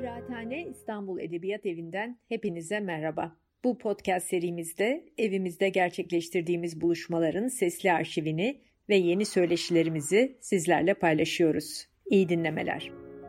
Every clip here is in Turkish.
Kıraathane İstanbul Edebiyat Evi'nden hepinize merhaba. Bu podcast serimizde evimizde gerçekleştirdiğimiz buluşmaların sesli arşivini ve yeni söyleşilerimizi sizlerle paylaşıyoruz. İyi dinlemeler.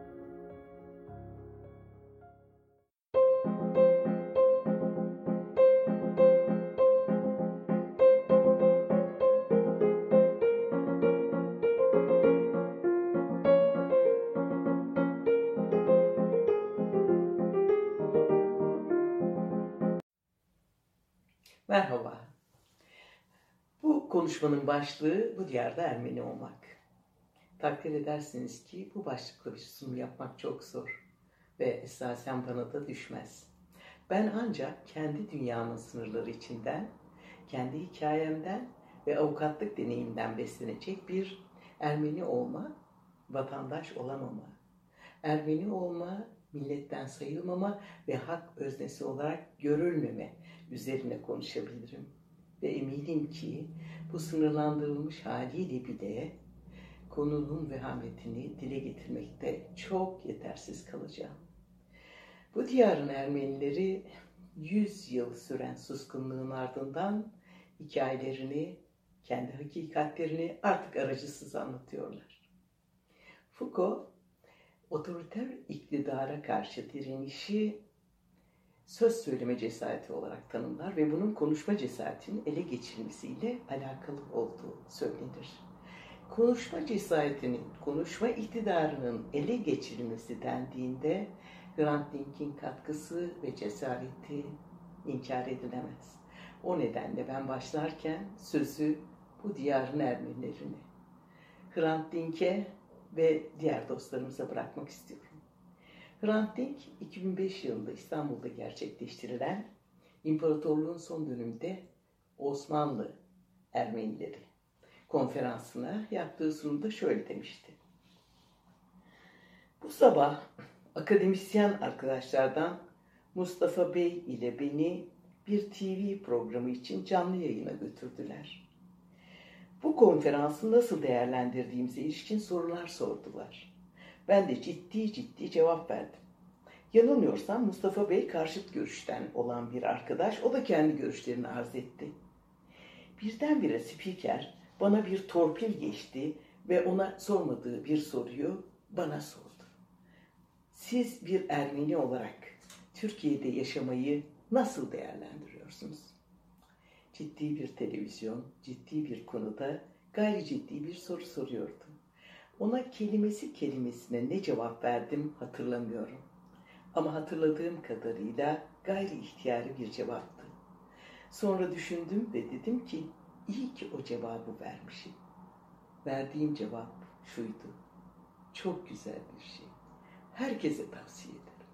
Merhaba. Bu konuşmanın başlığı bu diyarda Ermeni olmak. Takdir edersiniz ki bu başlıkla bir sunum yapmak çok zor ve esasen bana da düşmez. Ben ancak kendi dünyamın sınırları içinden, kendi hikayemden ve avukatlık deneyimden beslenecek bir Ermeni olma, vatandaş olamama, Ermeni olma, milletten sayılmama ve hak öznesi olarak görülmeme üzerine konuşabilirim. Ve eminim ki bu sınırlandırılmış haliyle bile konunun vehametini dile getirmekte çok yetersiz kalacağım. Bu diyarın Ermenileri 100 yıl süren suskunluğun ardından hikayelerini, kendi hakikatlerini artık aracısız anlatıyorlar. Foucault, otoriter iktidara karşı direnişi söz söyleme cesareti olarak tanımlar ve bunun konuşma cesaretinin ele geçirilmesiyle alakalı olduğu söylenir. Konuşma cesaretinin, konuşma iktidarının ele geçirilmesi dendiğinde Hrant Dink'in katkısı ve cesareti inkar edilemez. O nedenle ben başlarken sözü bu diyarın Ermenilerine, Hrant Dink'e ve diğer dostlarımıza bırakmak istiyorum. Hrant Dink, 2005 yılında İstanbul'da gerçekleştirilen İmparatorluğun son döneminde Osmanlı Ermenileri konferansına yaptığı sunumda şöyle demişti. Bu sabah akademisyen arkadaşlardan Mustafa Bey ile beni bir TV programı için canlı yayına götürdüler. Bu konferansı nasıl değerlendirdiğimize ilişkin sorular sordular. Ben de ciddi cevap verdim. Yanılmıyorsam Mustafa Bey karşıt görüşten olan bir arkadaş, o da kendi görüşlerini arz etti. Birdenbire spiker bana bir torpil geçti ve ona sormadığı bir soruyu bana sordu. Siz bir Ermeni olarak Türkiye'de yaşamayı nasıl değerlendiriyorsunuz? Ciddi bir televizyon, ciddi bir konuda gayri ciddi bir soru soruyordu. Ona kelimesine ne cevap verdim hatırlamıyorum. Ama hatırladığım kadarıyla gayri ihtiyari bir cevaptı. Sonra düşündüm ve dedim ki iyi ki o cevabı vermişim. Verdiğim cevap şuydu. Çok güzel bir şey. Herkese tavsiye ederim.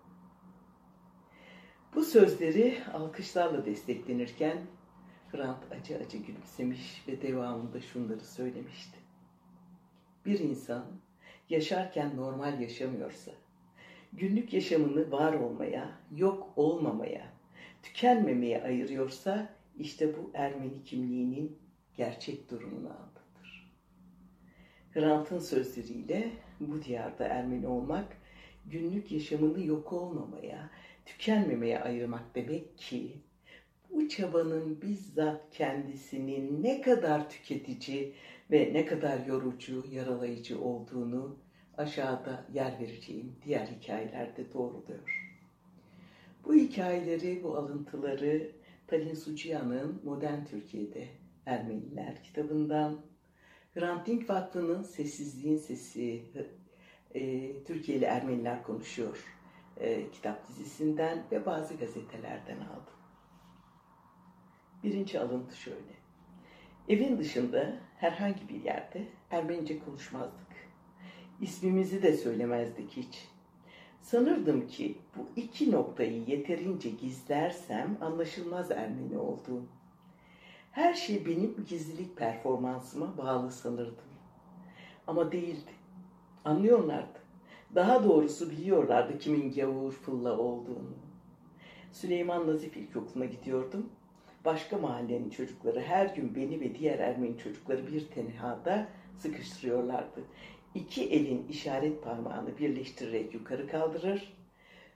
Bu sözleri alkışlarla desteklenirken Hrant acı gülümsemiş ve devamında şunları söylemişti. Bir insan yaşarken normal yaşamıyorsa, günlük yaşamını var olmaya, yok olmamaya, tükenmemeye ayırıyorsa işte bu Ermeni kimliğinin gerçek durumunu anlatır. Hrant'ın sözleriyle bu diyarda Ermeni olmak, günlük yaşamını yok olmamaya, tükenmemeye ayırmak demek ki, bu çabanın bizzat kendisinin ne kadar tüketici ve ne kadar yorucu, yaralayıcı olduğunu aşağıda yer vereceğim diğer hikayelerde doğruluyor. Bu hikayeleri, bu alıntıları Talin Sucia'nın Modern Türkiye'de Ermeniler kitabından, Hrant Dink Vakfı'nın Sessizliğin Sesi, Türkiye'li Ermeniler Konuşuyor kitap dizisinden ve bazı gazetelerden aldım. Birinci alıntı şöyle. Evin dışında herhangi bir yerde Ermenice konuşmazdık. İsmimizi de söylemezdik hiç. Sanırdım ki bu iki noktayı yeterince gizlersem anlaşılmaz Ermeni olduğum. Her şey benim gizlilik performansıma bağlı sanırdım. Ama değildi. Anlıyorlardı. Daha doğrusu biliyorlardı kimin gavur fılla olduğunu. Süleyman Nazif İlkokulu'na gidiyordum. Başka mahallenin çocukları her gün beni ve diğer Ermeni çocukları bir tenhada sıkıştırıyorlardı. İki elin işaret parmağını birleştirerek yukarı kaldırır,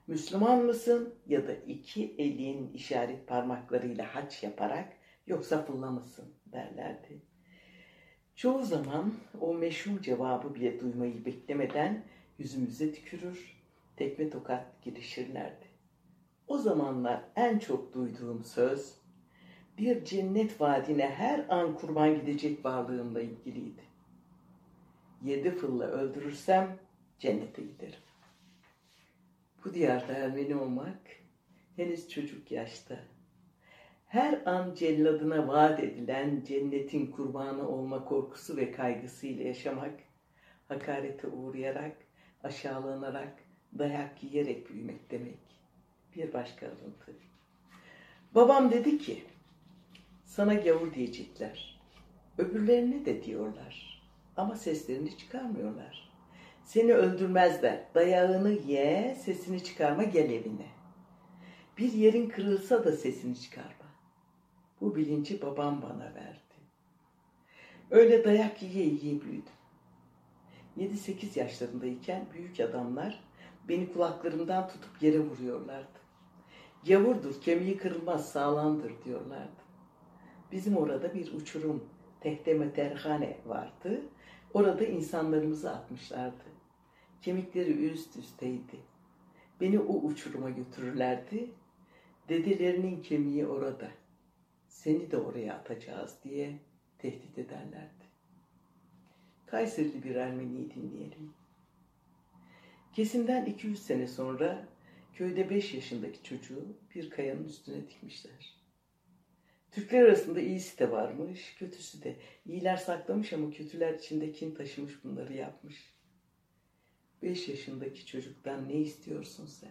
Müslüman mısın ya da iki elin işaret parmaklarıyla haç yaparak yoksa fılla mısın derlerdi. Çoğu zaman o meşhur cevabı bile duymayı beklemeden yüzümüze tükürür, tekme tokat girişirlerdi. O zamanlar en çok duyduğum söz, bir cennet vaadine her an kurban gidecek varlığımla ilgiliydi. 7 fılla öldürürsem cennete giderim. Bu diyarda Ermeni olmak henüz çocuk yaşta. Her an celladına vaat edilen cennetin kurbanı olma korkusu ve kaygısıyla yaşamak, hakarete uğrayarak, aşağılanarak, dayak yiyerek büyümek demek. Bir başka alıntı. Babam dedi ki, sana gavur diyecekler. Öbürlerine de diyorlar. Ama seslerini çıkarmıyorlar. Seni öldürmezler. Dayağını ye, sesini çıkarma, gel evine. Bir yerin kırılsa da sesini çıkarma. Bu bilinci babam bana verdi. Öyle dayak yiye yiye büyüdüm. 7-8 yaşlarındayken büyük adamlar beni kulaklarımdan tutup yere vuruyorlardı. Gavurdur, kemiği kırılmaz, sağlamdır diyorlardı. Bizim orada bir uçurum, Tehtemeterhane vardı. Orada insanlarımızı atmışlardı. Kemikleri üst üsteydi. Beni o uçuruma götürürlerdi. Dedelerinin kemiği orada. Seni de oraya atacağız diye tehdit ederlerdi. Kayserili bir Ermeni'yi dinleyelim. Kesimden 200 sene sonra köyde 5 yaşındaki çocuğu bir kayanın üstüne dikmişler. Türkler arasında iyisi de varmış, kötüsü de. İyiler saklamış ama kötüler içinde kin taşımış, bunları yapmış. 5 yaşındaki çocuktan ne istiyorsun sen?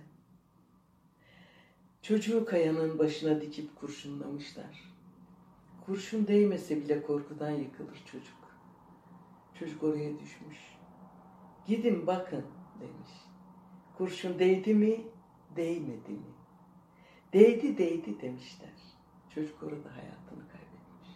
Çocuğu kayanın başına dikip kurşunlamışlar. Kurşun değmese bile korkudan yıkılır çocuk. Çocuk oraya düşmüş. Gidin bakın demiş. Kurşun değdi mi, değmedi mi? Değdi değdi demişler. Çocuk orada hayatını kaybetmiş.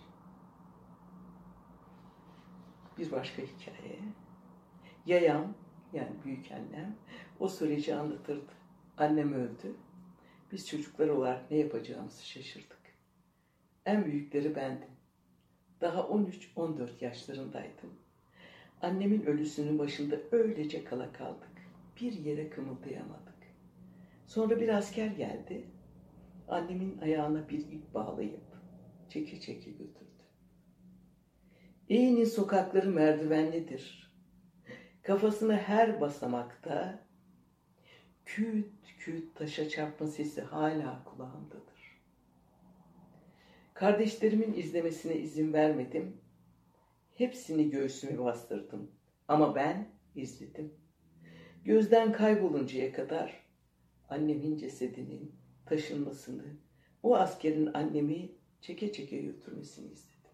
Bir başka hikaye. Yayam, yani büyükannem, o süreci anlatırdı. Annem öldü. Biz çocuklar olarak ne yapacağımızı şaşırdık. En büyükleri bendim. Daha 13-14 yaşlarındaydım. Annemin ölüsünün başında öylece kala kaldık. Bir yere kımıldayamadık. Sonra bir asker geldi. Annemin ayağına bir ip bağlayıp çeke çeke götürdü. İyinin sokakları merdivenlidir. Kafasına her basamakta küt küt taşa çarpma sesi hala kulağımdadır. Kardeşlerimin izlemesine izin vermedim. Hepsini göğsüme bastırdım. Ama ben izledim. Gözden kayboluncaya kadar annemin cesedinin taşınmasını, o askerin annemi çeke çeke götürmesini istedim.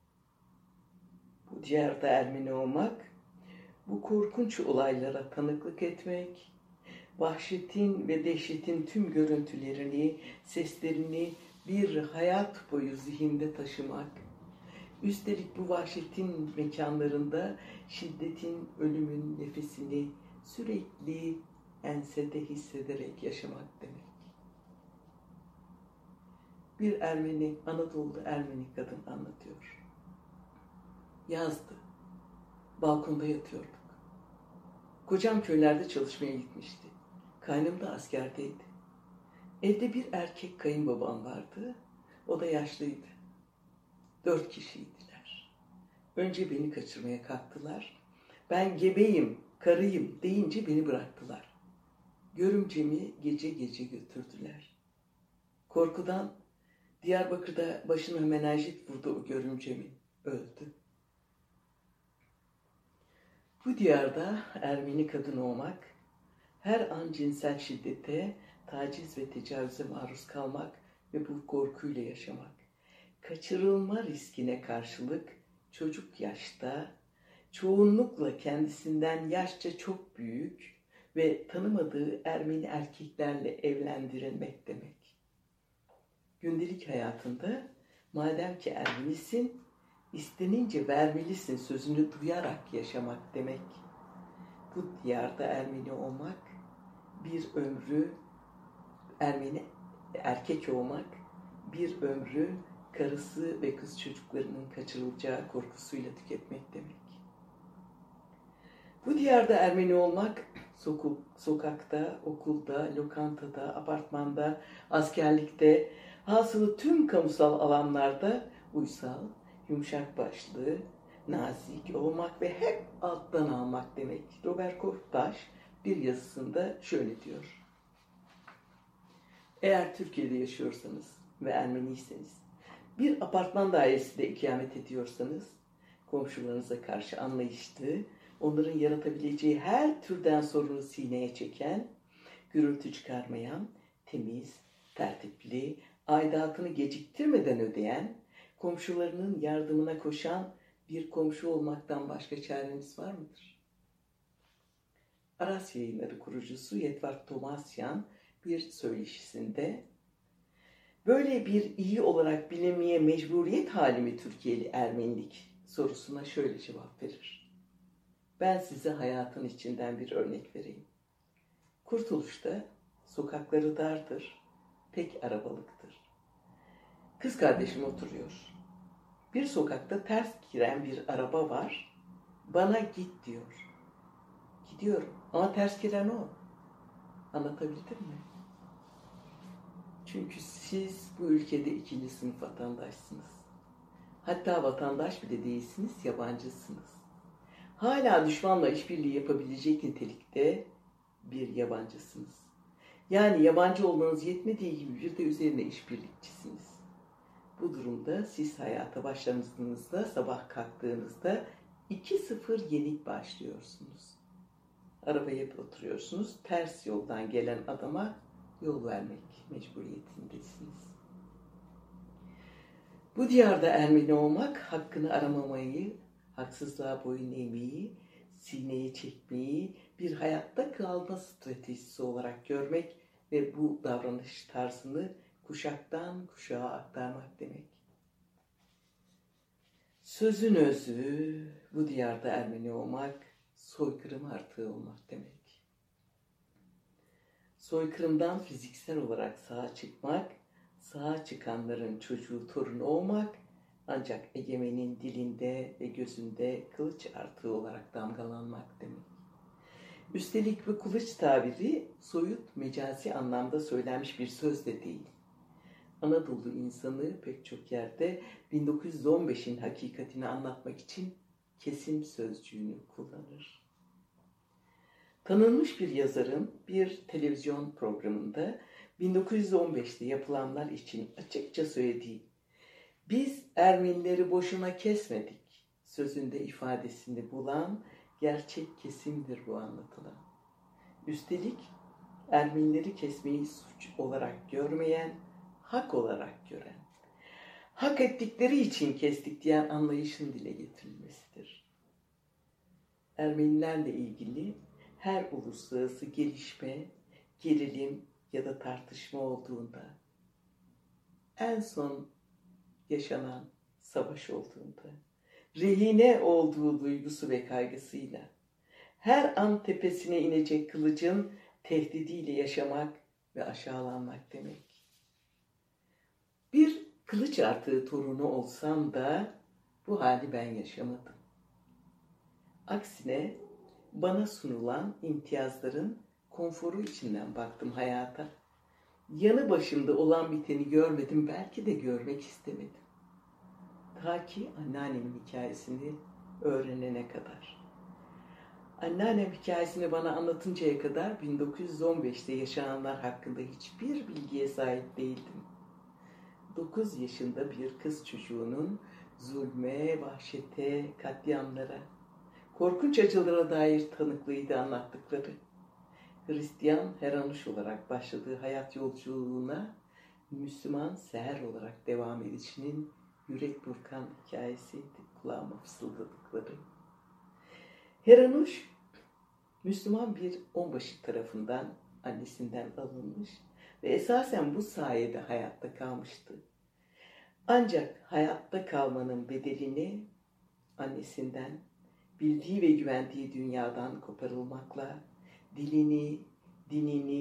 Bu diyarda Ermeni olmak, bu korkunç olaylara tanıklık etmek, vahşetin ve dehşetin tüm görüntülerini, seslerini bir hayat boyu zihinde taşımak, üstelik bu vahşetin mekanlarında şiddetin, ölümün nefesini sürekli ensede hissederek yaşamak demek. Bir Ermeni, Anadolu'da Ermeni kadın anlatıyor. Yazdı. Balkonda yatıyorduk. Kocam köylerde çalışmaya gitmişti. Kaynım da askerdeydi. Evde bir erkek kayınbabam vardı. O da yaşlıydı. 4 kişiydiler. Önce beni kaçırmaya kalktılar. Ben gebeyim, karıyım deyince beni bıraktılar. Görümcemi gece gece götürdüler. Korkudan Diyarbakır'da başına menenjit vurdu o görümcemin. Öldü. Bu diyarda Ermeni kadın olmak, her an cinsel şiddete, taciz ve tecavüze maruz kalmak ve bu korkuyla yaşamak. Kaçırılma riskine karşılık çocuk yaşta, çoğunlukla kendisinden yaşça çok büyük ve tanımadığı Ermeni erkeklerle evlendirilmek demek. Gündelik hayatında madem ki Ermenisin, istenince vermelisin sözünü duyarak yaşamak demek. Bu diyarda Ermeni olmak, bir ömrü Ermeni erkek olmak bir ömrü karısı ve kız çocuklarının kaçırılacağı korkusuyla tüketmek demek. Bu diyarda Ermeni olmak sokakta, okulda, lokantada, apartmanda, askerlikte, hasılı tüm kamusal alanlarda uysal, yumuşak başlı, nazik olmak ve hep alttan almak demek. Robert Korktaş bir yazısında şöyle diyor. Eğer Türkiye'de yaşıyorsanız ve Ermeniyseniz, bir apartman dairesinde ikamet ediyorsanız, komşularınıza karşı anlayışlı, onların yaratabileceği her türden sorunu sineye çeken, gürültü çıkarmayan, temiz, tertipli, aidatını geciktirmeden ödeyen, komşularının yardımına koşan bir komşu olmaktan başka çareniz var mıdır? Aras Yayınları kurucusu Yedvard Tomasyan bir söyleşisinde, böyle bir iyi olarak bilinmeye mecburiyet hali mi Türkiye'li Ermenilik sorusuna şöyle cevap verir. Ben size hayatın içinden bir örnek vereyim. Kurtuluş'ta sokakları dardır, tek arabalıktır. Kız kardeşim oturuyor. Bir sokakta ters giren bir araba var. Bana git diyor. Gidiyorum ama ters giren o. Anlatabildim mi? Çünkü siz bu ülkede ikinci sınıf vatandaşsınız. Hatta vatandaş bile değilsiniz, yabancısınız. Hala düşmanla işbirliği yapabilecek nitelikte bir yabancısınız. Yani yabancı olmanız yetmediği gibi bir de üzerine işbirlikçisiniz. Bu durumda siz hayata başladığınızda, sabah kalktığınızda 2-0 yenik başlıyorsunuz. Arabaya oturuyorsunuz, ters yoldan gelen adama yol vermek mecburiyetindesiniz. Bu diyarda Ermeni olmak, hakkını aramamayı, haksızlığa boyun eğmeyi, sineye çekmeyi bir hayatta kalma stratejisi olarak görmek ve bu davranış tarzını kuşaktan kuşağa aktarmak demek. Sözün özü, bu diyarda Ermeni olmak, soykırım artığı olmak demek. Soykırımdan fiziksel olarak sağa çıkmak, sağa çıkanların çocuğu, torunu olmak, ancak egemenin dilinde ve gözünde kılıç artığı olarak damgalanmak demek. Üstelik bu kılıç tabiri soyut, mecazi anlamda söylenmiş bir söz de değil. Anadolu insanı pek çok yerde 1915'in hakikatini anlatmak için kesim sözcüğünü kullanır. Tanınmış bir yazarın bir televizyon programında 1915'te yapılanlar için açıkça söylediği "Biz Ermenileri boşuna kesmedik" sözünde ifadesini bulan gerçek kesimdir bu anlatılan. Üstelik Ermenileri kesmeyi suç olarak görmeyen, hak olarak gören, hak ettikleri için kestik diyen anlayışın dile getirilmesidir. Ermenilerle ilgili her uluslararası gelişme, gerilim ya da tartışma olduğunda, en son yaşanan savaş olduğunda, rehine olduğu duygusu ve kaygısıyla, her an tepesine inecek kılıcın tehdidiyle yaşamak ve aşağılanmak demek. Bir kılıç artığı torunu olsam da bu hali ben yaşamadım. Aksine bana sunulan imtiyazların konforu içinden baktım hayata. Yanı başımda olan biteni görmedim, belki de görmek istemedim. Ta ki anneannemin hikayesini öğrenene kadar. Anneannem hikayesini bana anlatıncaya kadar 1915'te yaşananlar hakkında hiçbir bilgiye sahip değildim. 9 yaşında bir kız çocuğunun zulme, vahşete, katliamlara, korkunç acılara dair tanıklığıydı anlattıkları. Hristiyan Heranuş olarak başladığı hayat yolculuğuna Müslüman Seher olarak devam edişinin yürek burkan hikayesiydi kulağıma fısıldadıkları. Heranuş, Müslüman bir onbaşı tarafından annesinden alınmış ve esasen bu sayede hayatta kalmıştı. Ancak hayatta kalmanın bedelini annesinden, bildiği ve güvendiği dünyadan koparılmakla, dilini, dinini,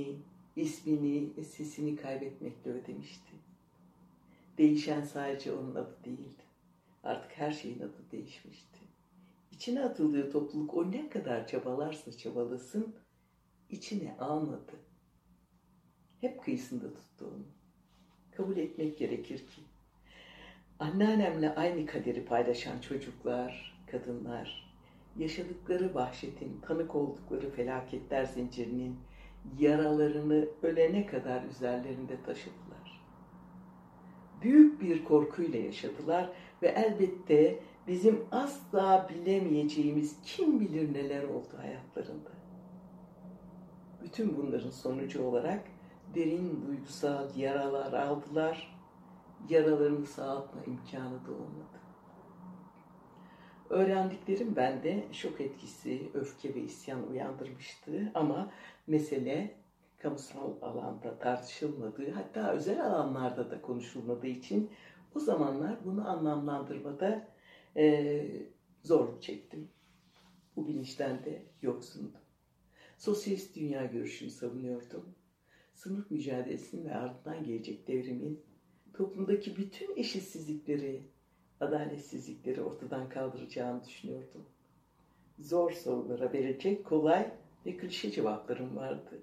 ismini ve sesini kaybetmekle ödemişti. Değişen sadece onun adı değildi. Artık her şeyin adı değişmişti. İçine atıldığı topluluk o ne kadar çabalarsa çabalasın, içine almadı. Hep kıyısında tuttu onu. Kabul etmek gerekir ki, anneannemle aynı kaderi paylaşan çocuklar, kadınlar, yaşadıkları vahşetin, tanık oldukları felaketler zincirinin yaralarını ölene kadar üzerlerinde taşıdılar. Büyük bir korkuyla yaşadılar ve elbette bizim asla bilemeyeceğimiz kim bilir neler oldu hayatlarında. Bütün bunların sonucu olarak derin duygusal yaralar aldılar. Yaralarını sağaltma imkanı da olmadı. Öğrendiklerim bende şok etkisi, öfke ve isyan uyandırmıştı ama mesele kamusal alanda tartışılmadığı, hatta özel alanlarda da konuşulmadığı için o zamanlar bunu anlamlandırmada zorluk çektim. Bu bilinçten de yoksundum. Sosyalist dünya görüşünü savunuyordum. Sınıf mücadelesinin ve ardından gelecek devrimin toplumdaki bütün eşitsizlikleri, adaletsizlikleri ortadan kaldıracağını düşünüyordum. Zor sorulara verecek kolay ve klişe cevaplarım vardı.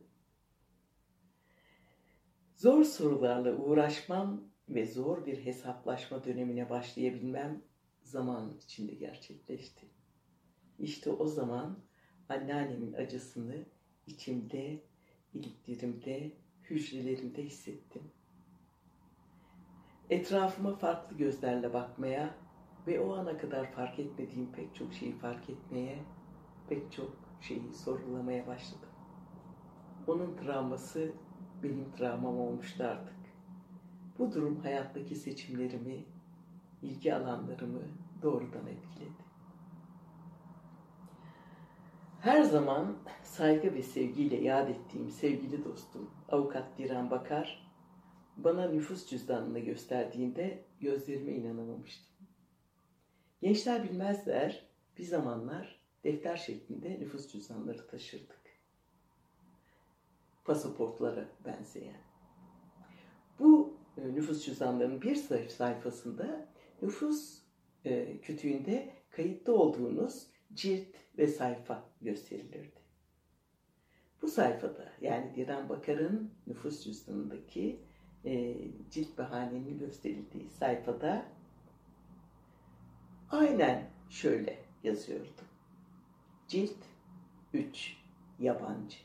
Zor sorularla uğraşmam ve zor bir hesaplaşma dönemine başlayabilmem zaman içinde gerçekleşti. İşte o zaman anneannemin acısını içimde, iliklerimde, hücrelerimde hissettim. Etrafıma farklı gözlerle bakmaya ve o ana kadar fark etmediğim pek çok şeyi fark etmeye, pek çok şeyi sorgulamaya başladım. Onun travması benim travmam olmuştu artık. Bu durum hayattaki seçimlerimi, ilgi alanlarımı doğrudan etkiledi. Her zaman saygı ve sevgiyle yad ettiğim sevgili dostum Avukat Diren Bakar, bana nüfus cüzdanını gösterdiğinde gözlerime inanamamıştım. Gençler bilmezler, bir zamanlar defter şeklinde nüfus cüzdanları taşırdık. Pasaportlara benzeyen. Bu nüfus cüzdanlarının bir sayfasında nüfus kütüğünde kayıtlı olduğunuz cilt ve sayfa gösterilirdi. Bu sayfada, yani Diren Bakar'ın nüfus cüzdanındaki cilt ve hanenin gösterildiği sayfada aynen şöyle yazıyordu. Cilt 3, yabancı.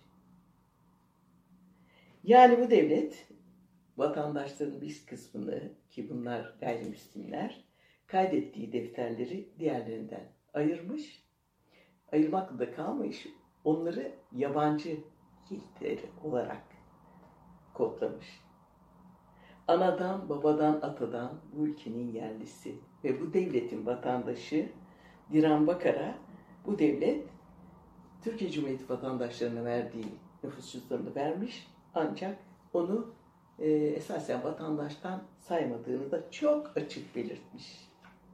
Yani bu devlet vatandaşların bir kısmını, ki bunlar gayrimüslimler, kaydettiği defterleri diğerlerinden ayırmış, ayırmakla da kalmış, onları yabancı ciltleri olarak kodlamış. Anadan, babadan, atadan bu ülkenin yerlisi ve bu devletin vatandaşı Diren Bakar'a bu devlet Türkiye Cumhuriyeti vatandaşlarına verdiği nüfus cüzdanını vermiş, ancak onu esasen vatandaştan saymadığını da çok açık belirtmiş.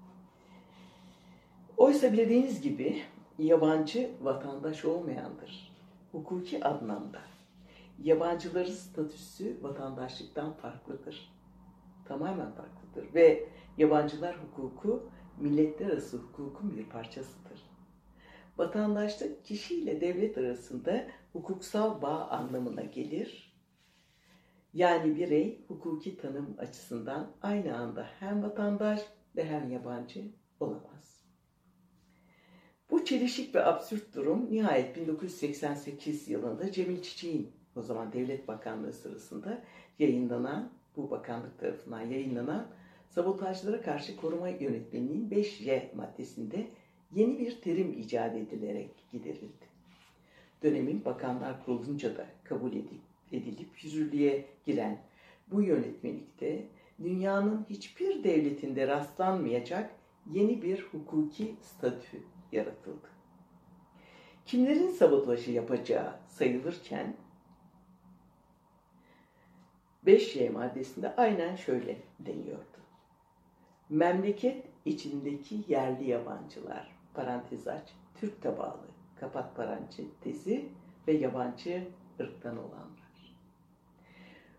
Oysa bildiğiniz gibi yabancı vatandaş olmayandır. Hukuki anlamda yabancıların statüsü vatandaşlıktan farklıdır. Tamamen farklıdır ve yabancılar hukuku milletler arası hukukun bir parçasıdır. Vatandaşlık kişiyle devlet arasında hukuksal bağ anlamına gelir. Yani birey hukuki tanım açısından aynı anda hem vatandaş ve hem yabancı olamaz. Bu çelişik ve absürt durum nihayet 1988 yılında Cemil Çiçek'in, o zaman Devlet Bakanlığı sırasında yayınlanan, bu bakanlık tarafından yayınlanan Sabotajlara Karşı Koruma Yönetmeliğinin 5Y maddesinde yeni bir terim icat edilerek giderildi. Dönemin Bakanlar Kurulu'nca da kabul edilip yürürlüğe giren bu yönetmelikte dünyanın hiçbir devletinde rastlanmayacak yeni bir hukuki statü yaratıldı. Kimlerin sabotajı yapacağı sayılırken 5Y maddesinde aynen şöyle deniyordu. Memleket içindeki yerli yabancılar, parantez aç, Türk tabağlı, kapat parantezi ve yabancı ırktan olanlar.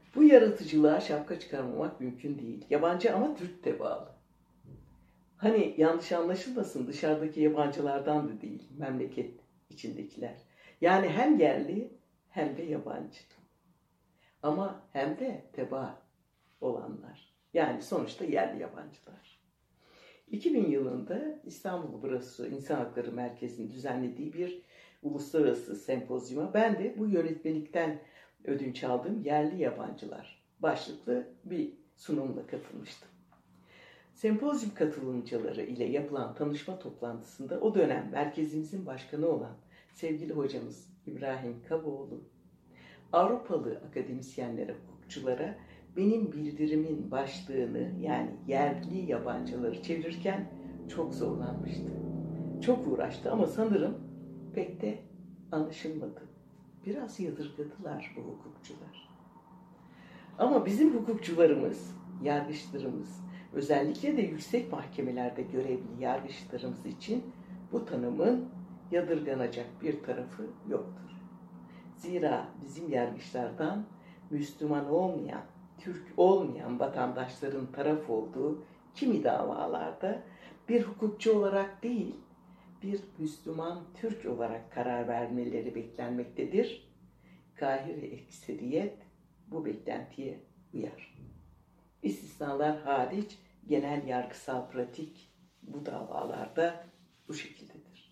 Bu yaratıcılığa şapka çıkarmamak mümkün değil. Yabancı ama Türk tebaalı. Hani yanlış anlaşılmasın, dışarıdaki yabancılardan da değil, memleket içindekiler. Yani hem yerli hem de yabancı. Ama hem de tebaa olanlar. Yani sonuçta yerli yabancılar. 2000 yılında İstanbul Burası İnsan Hakları Merkezi'nin düzenlediği bir uluslararası sempozyuma ben de bu yönetmelikten ödünç aldığım yerli yabancılar başlıklı bir sunumla katılmıştım. Sempozyum katılımcıları ile yapılan tanışma toplantısında o dönem merkezimizin başkanı olan sevgili hocamız İbrahim Kaboğlu, Avrupalı akademisyenlere, hukukçulara benim bildirimin başlığını yani yerli yabancıları çevirirken çok zorlanmıştı. Çok uğraştı ama sanırım pek de anlaşılmadı. Biraz yadırgadılar bu hukukçular. Ama bizim hukukçularımız, yargıçlarımız, özellikle de yüksek mahkemelerde görevli yargıçlarımız için bu tanımın yadırganacak bir tarafı yoktur. Zira bizim yargıçlardan Müslüman olmayan, Türk olmayan vatandaşların taraf olduğu kimi davalarda bir hukukçu olarak değil, bir Müslüman Türk olarak karar vermeleri beklenmektedir. Kahire ekseriyet bu beklentiye uyar. İstisnalar hariç genel yargısal pratik bu davalarda bu şekildedir.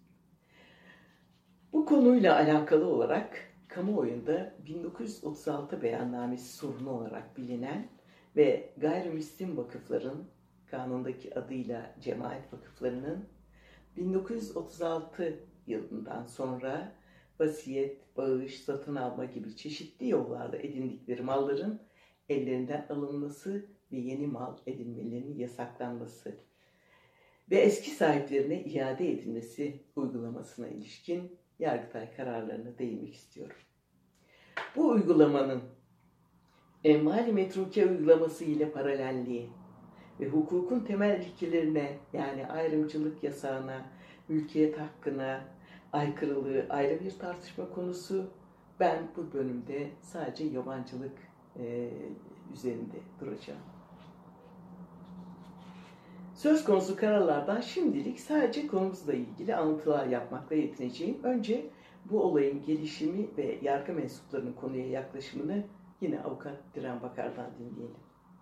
Bu konuyla alakalı olarak kamuoyunda 1936 beyannamesi sorunu olarak bilinen ve gayrimüslim vakıfların kanundaki adıyla cemaat vakıflarının 1936 yılından sonra vasiyet, bağış, satın alma gibi çeşitli yollarla edindikleri malların ellerinden alınması ve yeni mal edinmelerinin yasaklanması ve eski sahiplerine iade edilmesi uygulamasına ilişkin Yargıtay kararlarına değinmek istiyorum. Bu uygulamanın enval-i metruke uygulaması ile paralelliği ve hukukun temel ilkelerine yani ayrımcılık yasağına, mülkiyet hakkına aykırılığı ayrı bir tartışma konusu. Ben bu bölümde sadece yabancılık üzerinde duracağım. Söz konusu kararlardan şimdilik sadece konumuzla ilgili alıntılar yapmakla yetineceğim. Önce bu olayın gelişimi ve yargı mensuplarının konuya yaklaşımını yine avukat Diren Bakar'dan dinleyelim.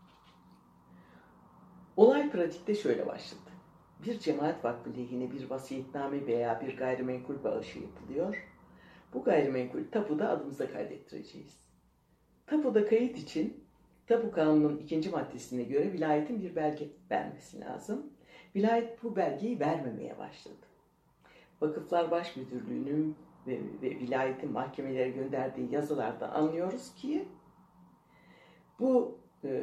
Olay pratikte şöyle başladı. Bir cemaat vakfı lehine bir vasiyetname veya bir gayrimenkul bağışı yapılıyor. Bu gayrimenkul tapuda adımıza kaydettireceğiz. Tapuda kayıt için Tapu Kanunu'nun 2. maddesine göre vilayetin bir belge vermesi lazım. Vilayet bu belgeyi vermemeye başladı. Vakıflar Baş Müdürlüğü'nün ve vilayetin mahkemelere gönderdiği yazılardan anlıyoruz ki bu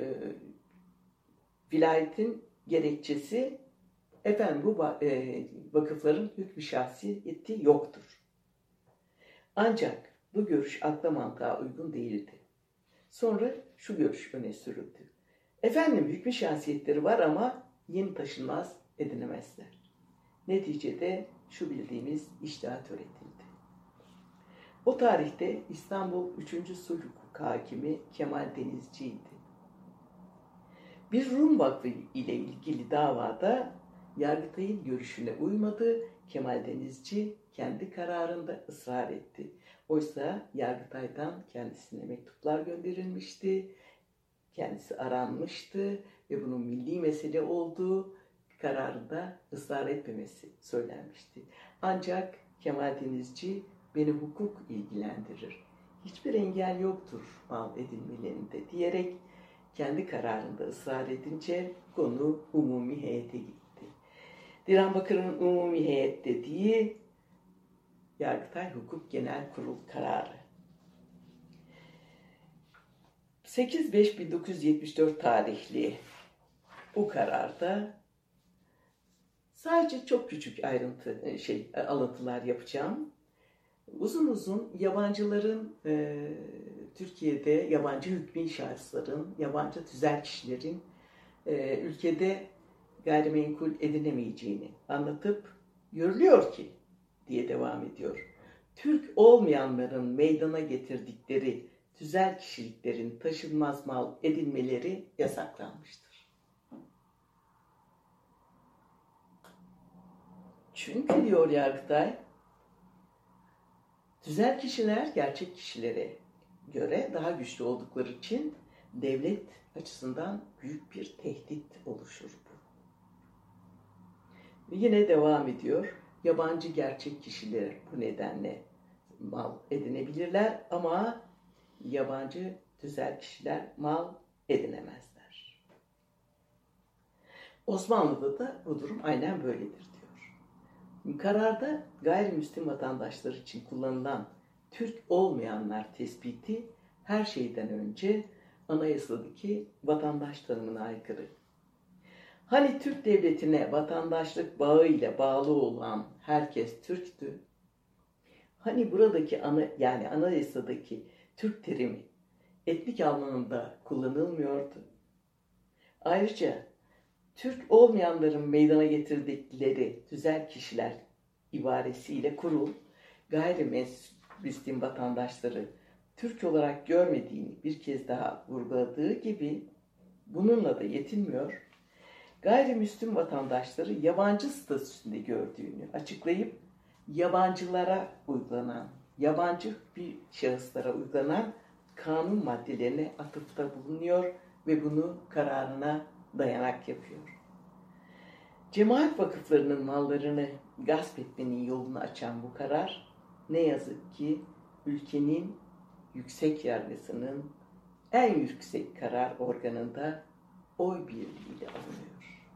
vilayetin gerekçesi bu vakıfların hükmü şahsiyeti yoktur. Ancak bu görüş akla mantığa uygun değildi. Sonra şu görüş öne sürüldü. Hükmü şahsiyetleri var ama yeni taşınmaz edinemezler. Neticede şu bildiğimiz içtihat öğretildi. O tarihte İstanbul 3. Sulh Hukuk Hakimi Kemal Denizci'ydi. Bir Rum Vakfı ile ilgili davada Yargıtay'ın görüşüne uymadı. Kemal Denizci kendi kararında ısrar etti. Oysa Yargıtay'dan kendisine mektuplar gönderilmişti. Kendisi aranmıştı ve bunun milli mesele olduğu kararında ısrar etmemesi söylenmişti. Ancak Kemal Denizci beni hukuk ilgilendirir. Hiçbir engel yoktur mal edinmelerinde diyerek kendi kararında ısrar edince konu umumi heyete gitti. Diren Bakar'ın umumi heyet dediği Yargıtay Hukuk Genel Kurul kararı. 8-5-1974 tarihli bu kararda sadece çok küçük alıntılar yapacağım. Uzun uzun yabancıların, Türkiye'de yabancı hükmü şahısların, yabancı tüzel kişilerin ülkede gayrimenkul edinemeyeceğini anlatıp görülüyor ki diye devam ediyor. Türk olmayanların meydana getirdikleri tüzel kişiliklerin taşınmaz mal edinmeleri yasaklanmıştır. Çünkü diyor Yargıtay, tüzel kişiler gerçek kişilere göre daha güçlü oldukları için devlet açısından büyük bir tehdit oluşur bu. Yine devam ediyor. Yabancı gerçek kişiler bu nedenle mal edinebilirler ama yabancı tüzel kişiler mal edinemezler. Osmanlı'da da bu durum aynen böyledir diyor. Kararda gayrimüslim vatandaşlar için kullanılan Türk olmayanlar tespiti her şeyden önce anayasadaki vatandaş tanımına aykırı. Hani Türk devletine vatandaşlık bağıyla bağlı olan herkes Türktü? Hani buradaki anayasadaki Türk terimi etnik anlamında kullanılmıyordu? Ayrıca Türk olmayanların meydana getirdikleri tüzel kişiler ibaresiyle kurul, gayrimüslim vatandaşları Türk olarak görmediğini bir kez daha vurguladığı gibi bununla da yetinmiyor, gayrimüslim vatandaşları yabancı statüsünde gördüğünü açıklayıp yabancılara uygulanan, yabancı bir şahıslara uygulanan kanun maddelerine atıfta bulunuyor ve bunu kararına dayanak yapıyor. Cemaat vakıflarının mallarını gasp etmenin yolunu açan bu karar ne yazık ki ülkenin yüksek yargısının en yüksek karar organında oy birliğiyle alınıyor.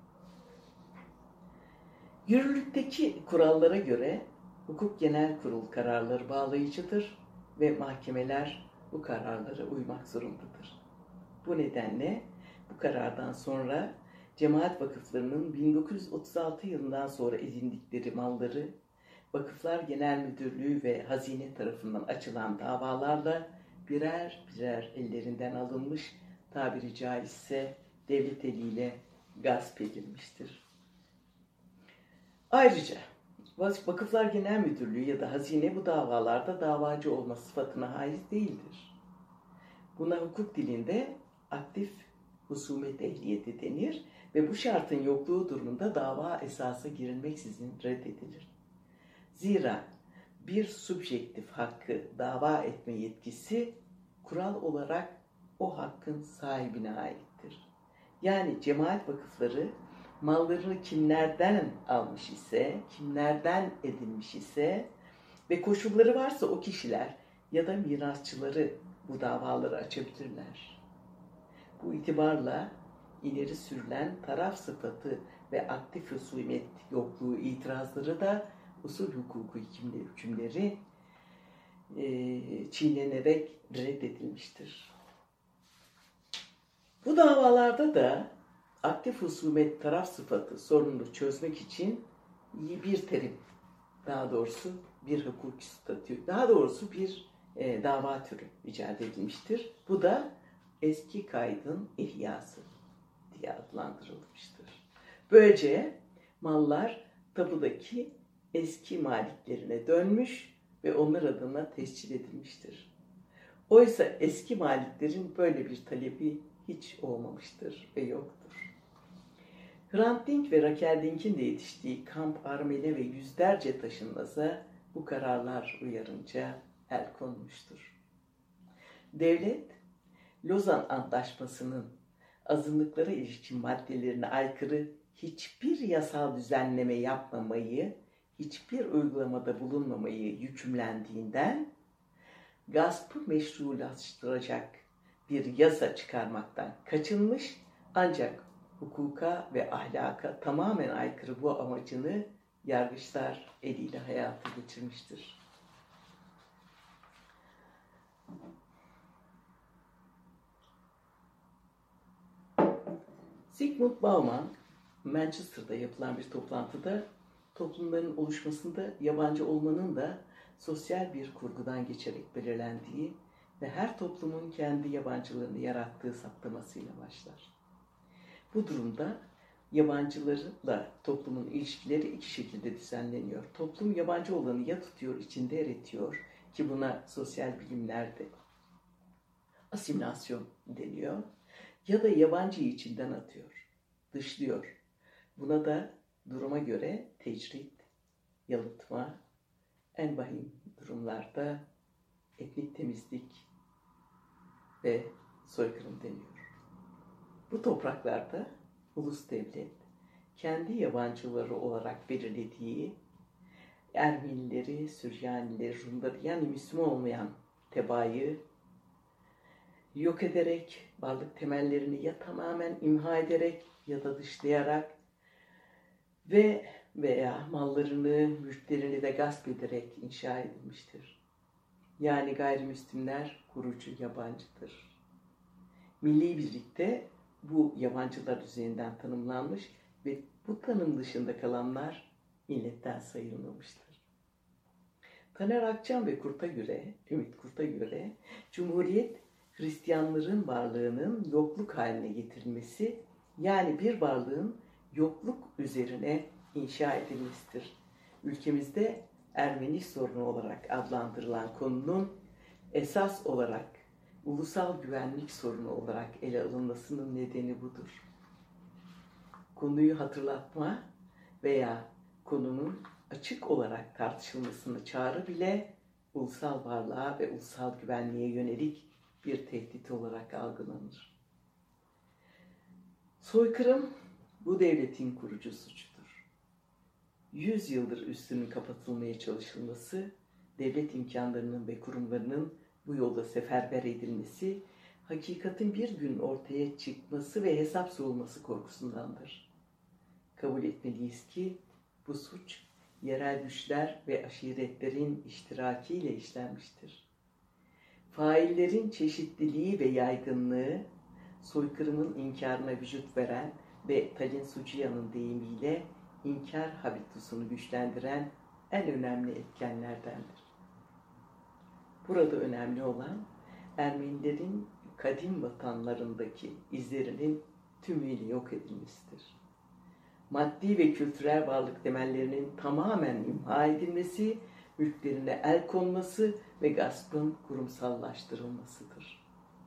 Yürürlükteki kurallara göre Hukuk Genel Kurul kararları bağlayıcıdır ve mahkemeler bu kararlara uymak zorundadır. Bu nedenle bu karardan sonra cemaat vakıflarının 1936 yılından sonra edindikleri malları Vakıflar Genel Müdürlüğü ve Hazine tarafından açılan davalarla birer birer ellerinden alınmış, tabiri caizse devlet eliyle gasp edilmiştir. Ayrıca Vakıflar Genel Müdürlüğü ya da Hazine bu davalarda davacı olma sıfatına haiz değildir. Buna hukuk dilinde aktif husumet ehliyeti denir ve bu şartın yokluğu durumunda dava esasa girilmeksizin reddedilir. Zira bir subjektif hakkı dava etme yetkisi kural olarak o hakkın sahibine aittir. Yani cemaat vakıfları mallarını kimlerden almış ise, kimlerden edinmiş ise ve koşulları varsa o kişiler ya da mirasçıları bu davaları açabilirler. Bu itibarla ileri sürülen taraf sıfatı ve aktif husumet yokluğu itirazları da usul hukuku hükümleri çiğnenerek reddedilmiştir. Bu davalarda da aktif husumet taraf sıfatı sorununu çözmek için bir terim, daha doğrusu bir hukuki statü, daha doğrusu bir dava türü icat edilmiştir. Bu da eski kaydın ihyası diye adlandırılmıştır. Böylece mallar tapudaki eski maliklerine dönmüş ve onlar adına tescil edilmiştir. Oysa eski maliklerin böyle bir talebi hiç olmamıştır ve yoktur. Hrant Dink ve Raquel Dink'in de yetiştiği Kamp Armele ve yüzlerce taşınmaza bu kararlar uyarınca el konmuştur. Devlet, Lozan Antlaşması'nın azınlıklara ilişkin maddelerine aykırı hiçbir yasal düzenleme yapmamayı, hiçbir uygulamada bulunmamayı yükümlendiğinden gaspı meşrulaştıracak bir yasa çıkarmaktan kaçınmış, ancak hukuka ve ahlaka tamamen aykırı bu amacını yargıçlar eliyle hayata geçirmiştir. Zygmunt Bauman, Manchester'da yapılan bir toplantıda toplumların oluşmasında yabancı olmanın da sosyal bir kurgudan geçerek belirlendiği ve her toplumun kendi yabancılarını yarattığı saptamasıyla başlar. Bu durumda yabancılarla toplumun ilişkileri iki şekilde düzenleniyor. Toplum yabancı olanı ya tutuyor, içinde eritiyor ki buna sosyal bilimler de asimilasyon deniyor. Ya da yabancıyı içinden atıyor, dışlıyor. Buna da duruma göre tecrit, yalıtma, en vahim durumlarda etnik temizlik ve soykırım deniyor. Bu topraklarda ulus devlet kendi yabancıları olarak belirlediği Ermenileri, Süryanileri, Rumları yani Müslüman olmayan tebaayı yok ederek, varlık temellerini ya tamamen imha ederek ya da dışlayarak veya mallarını, mülklerini de gasp ederek inşa edilmiştir. Yani gayrimüslimler kurucu yabancıdır. Milli birlikte bu yabancılar üzerinden tanımlanmış ve bu tanım dışında kalanlar milletten sayılmamıştır. Taner Akçam ve Ümit Kurt'a göre Cumhuriyet Hristiyanların varlığının yokluk haline getirilmesi, yani bir varlığın yokluk üzerine inşa edilmesidir. Ülkemizde Ermeni sorunu olarak adlandırılan konunun esas olarak ulusal güvenlik sorunu olarak ele alınmasının nedeni budur. Konuyu hatırlatma veya konunun açık olarak tartışılmasını çağrı bile ulusal varlığa ve ulusal güvenliğe yönelik bir tehdit olarak algılanır. Soykırım bu devletin kurucu suçudur. 100 yıldır üstünün kapatılmaya çalışılması, devlet imkanlarının ve kurumlarının bu yolda seferber edilmesi, hakikatin bir gün ortaya çıkması ve hesap sorulması korkusundandır. Kabul etmeliyiz ki bu suç yerel güçler ve aşiretlerin iştirakiyle işlenmiştir. Faillerin çeşitliliği ve yaygınlığı, soykırımın inkarına vücut veren ve Talin Suciya'nın deyimiyle inkar habitusunu güçlendiren en önemli etkenlerdendir. Burada önemli olan Ermenilerin kadim vatanlarındaki izlerinin tümüyle yok edilmesidir. Maddi ve kültürel varlık temellerinin tamamen imha edilmesi, mülklerine el konması ve gaspın kurumsallaştırılmasıdır.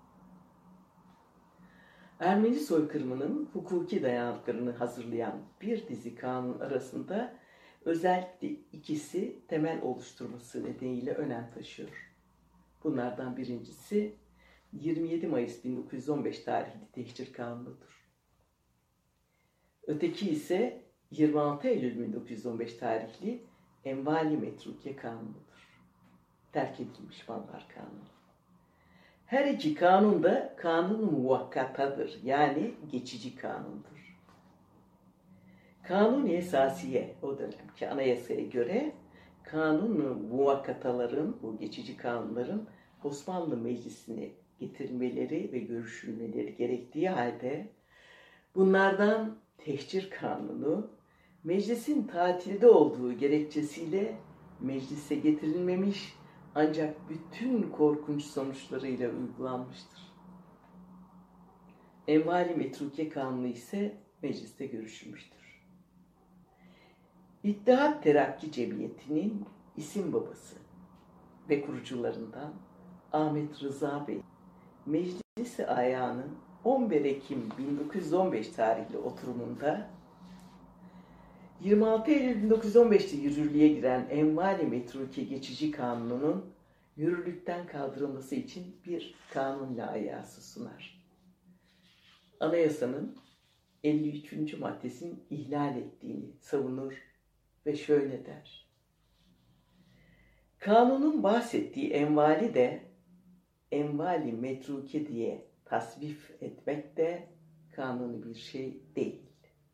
Ermeni soykırımının hukuki dayanaklarını hazırlayan bir dizi kanun arasında özellikle ikisi temel oluşturması nedeniyle önem taşıyor. Bunlardan birincisi 27 Mayıs 1915 tarihli Tehcir Kanunu'dur. Öteki ise 26 Eylül 1915 tarihli Envali Metruke Kanunu'dur. Terk edilmiş mallar kanunu. Her iki kanun da kanun-u muvakkatadır, yani geçici kanundur. Kanun-i esasiye, o dönemki anayasaya göre kanun-u muvakkataların, bu geçici kanunların Osmanlı Meclisi'ne getirilmeleri ve görüşülmeleri gerektiği halde bunlardan Tehcir Kanunu, meclisin tatilde olduğu gerekçesiyle meclise getirilmemiş ancak bütün korkunç sonuçlarıyla uygulanmıştır. Envali Metruke Kanunu ise mecliste görüşülmüştür. İttihat Terakki Cemiyeti'nin isim babası ve kurucularından Ahmet Rıza Bey, Meclis-i Aya'nın 11 Ekim 1915 tarihli oturumunda 26 Eylül 1915'te yürürlüğe giren Envali Metruke Geçici Kanunu'nun yürürlükten kaldırılması için bir kanun layihası sunar. Anayasanın 53. maddesinin ihlal ettiğini savunur ve şöyle der: kanunun bahsettiği envali de envali metruke diye tasvip etmek de kanuni bir şey değil.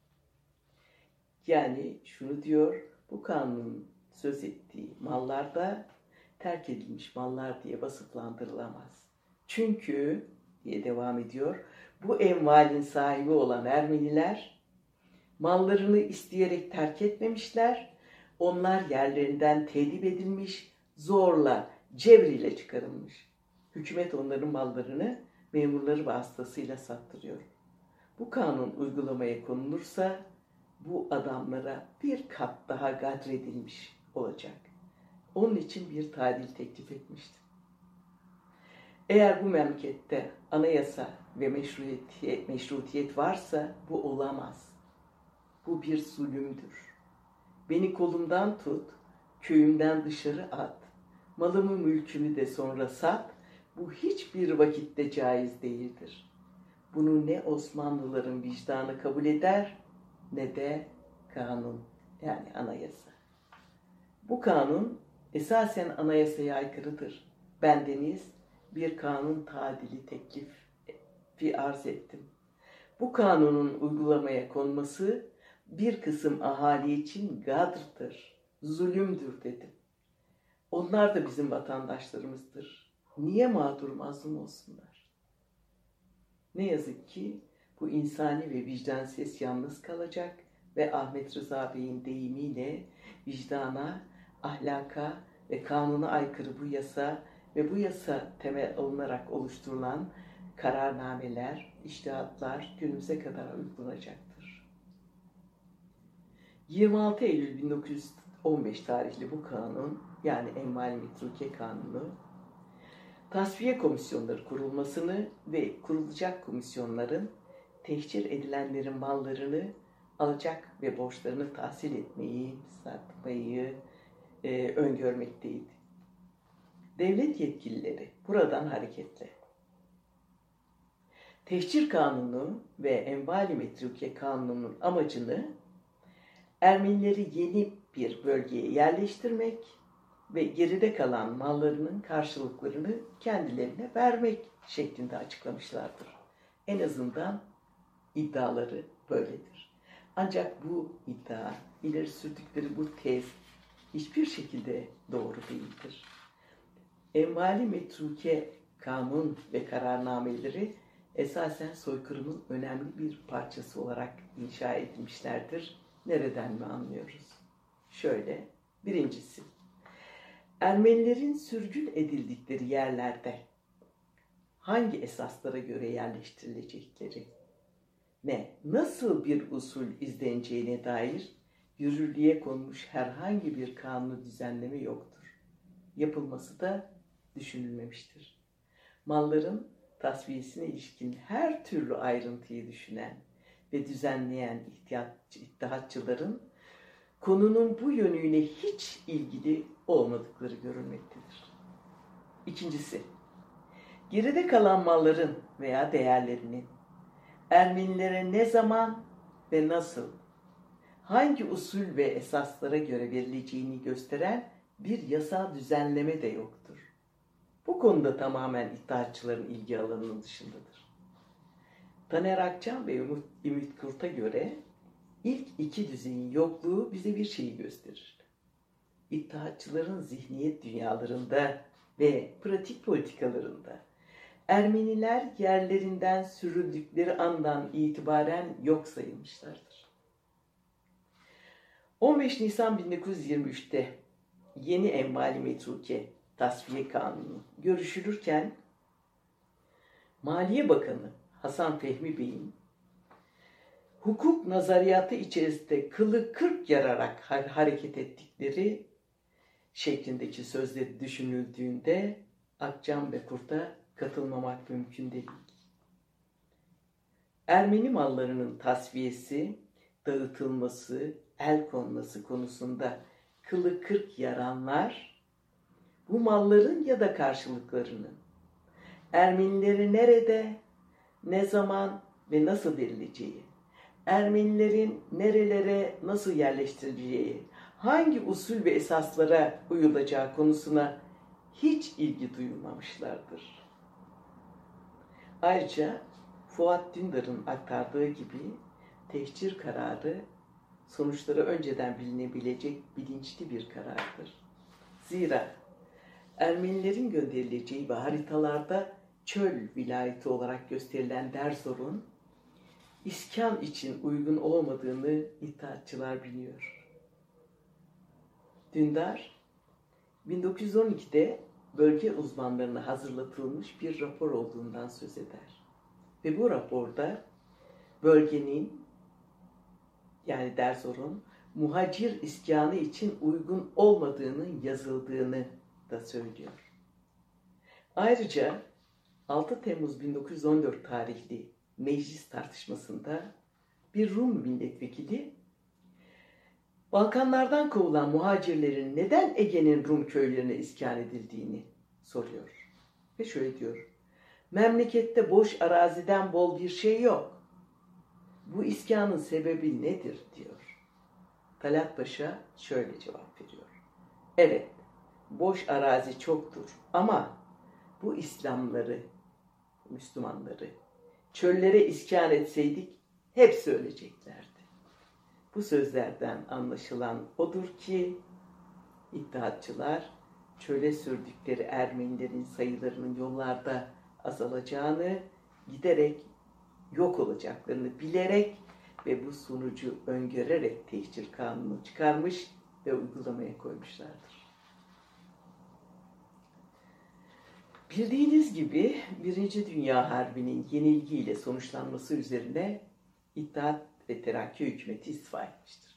Yani şunu diyor, bu kanunun söz ettiği mallarda terk edilmiş mallar diye vasıflandırılamaz. Çünkü diye devam ediyor, bu envalin sahibi olan Ermeniler mallarını isteyerek terk etmemişler, onlar yerlerinden tedip edilmiş, zorla, cevriyle çıkarılmış. Hükümet onların mallarını memurları vasıtasıyla sattırıyor. Bu kanun uygulamaya konulursa bu adamlara bir kat daha gadredilmiş olacak. Onun için bir tadil teklif etmiştim. Eğer bu memlekette anayasa ve meşrutiyet varsa bu olamaz. Bu bir zulümdür. Beni kolumdan tut, köyümden dışarı at, malımı mülkümü de sonra sat, bu hiçbir vakitte caiz değildir. Bunu ne Osmanlıların vicdanı kabul eder ne de kanun, yani anayasa. Bu kanun esasen anayasaya aykırıdır. Bendeniz bir kanun tadili teklifi arz ettim. Bu kanunun uygulamaya konması bir kısım ahali için gadrdır, zulümdür dedim. Onlar da bizim vatandaşlarımızdır. Niye mağdur mazlum olsunlar? Ne yazık ki bu insani ve vicdan ses yalnız kalacak ve Ahmet Rıza Bey'in deyimiyle vicdana, ahlaka ve kanuna aykırı bu yasa ve bu yasa temel alınarak oluşturulan kararnameler, içtihatlar günümüze kadar uygulanacaktır. 26 Eylül 1915 tarihli bu kanun, yani Enval-i Metruke Kanunu, tasfiye komisyonları kurulmasını ve kurulacak komisyonların tehcir edilenlerin mallarını alacak ve borçlarını tahsil etmeyi, satmayı öngörmekteydi. Devlet yetkilileri buradan hareketle Tehcir Kanunu ve Enval-i Metruke Kanunu'nun amacını Ermenileri yeni bir bölgeye yerleştirmek ve geride kalan mallarının karşılıklarını kendilerine vermek şeklinde açıklamışlardır. En azından iddiaları böyledir. Ancak bu iddia, ileri sürdükleri bu tez hiçbir şekilde doğru değildir. Enval-i Metruke Kanun ve kararnameleri esasen soykırımın önemli bir parçası olarak inşa edilmişlerdir. Nereden mi anlıyoruz? Şöyle, birincisi, Ermenilerin sürgün edildikleri yerlerde hangi esaslara göre yerleştirilecekleri, nasıl bir usul izleneceğine dair yürürlüğe konmuş herhangi bir kanunu düzenleme yoktur. Yapılması da düşünülmemiştir. Malların tasfiyesine ilişkin her türlü ayrıntıyı düşünen ve düzenleyen iddiatçıların konunun bu yönüyle hiç ilgili olmadıkları görülmektedir. İkincisi, geride kalan malların veya değerlerinin Ermenilere ne zaman ve nasıl, hangi usul ve esaslara göre verileceğini gösteren bir yasal düzenleme de yoktur. Bu konuda tamamen iddiatçıların ilgi alanının dışındadır. Taner Akçam ve Ümit Kurt'a göre ilk iki düzeyin yokluğu bize bir şeyi gösterir. İddiatçıların zihniyet dünyalarında ve pratik politikalarında Ermeniler yerlerinden sürüldükleri andan itibaren yok sayılmışlardır. 15 Nisan 1923'te yeni Enval-i Metruke Tasfiye Kanunu görüşülürken Maliye Bakanı Hasan Fehmi Bey'in hukuk nazariyatı içerisinde kılı kırk yararak hareket ettikleri şeklindeki sözleri düşünüldüğünde Akçam ve Kurt'a katılmamak mümkün değil. Ermeni mallarının tasfiyesi, dağıtılması, el konması konusunda kılı kırk yaranlar, bu malların ya da karşılıklarının Ermenilere nerede, ne zaman ve nasıl verileceği, Ermenilerin nerelere nasıl yerleştirileceği, hangi usul ve esaslara uyulacağı konusuna hiç ilgi duymamışlardır. Ayrıca Fuat Dündar'ın aktardığı gibi tehcir kararı sonuçları önceden bilinebilecek bilinçli bir karardır. Zira Ermenilerin gönderileceği ve haritalarda çöl vilayeti olarak gösterilen Derzor'un iskan için uygun olmadığını iddiatçılar biliyor. Dündar, 1912'de bölge uzmanlarına hazırlatılmış bir rapor olduğundan söz eder. Ve bu raporda bölgenin, yani Derzor'un muhacir iskanı için uygun olmadığının yazıldığını da söylüyor. Ayrıca 6 Temmuz 1914 tarihli meclis tartışmasında bir Rum milletvekili Balkanlardan kovulan muhacirlerin neden Ege'nin Rum köylerine iskan edildiğini soruyor. Ve şöyle diyor: memlekette boş araziden bol bir şey yok. Bu iskanın sebebi nedir diyor. Talat Paşa şöyle cevap veriyor: evet, boş arazi çoktur ama bu Müslümanları çöllere iskan etseydik hepsi öleceklerdi. Bu sözlerden anlaşılan odur ki İttihatçılar çöle sürdükleri Ermenilerin sayılarının yollarda azalacağını, giderek yok olacaklarını bilerek ve bu sonucu öngörerek tehcir kanunu çıkarmış ve uygulamaya koymuşlardır. Bildiğiniz gibi Birinci Dünya Harbi'nin yenilgiyle sonuçlanması üzerine İttihat ve Terakki hükümeti istifa etmiştir.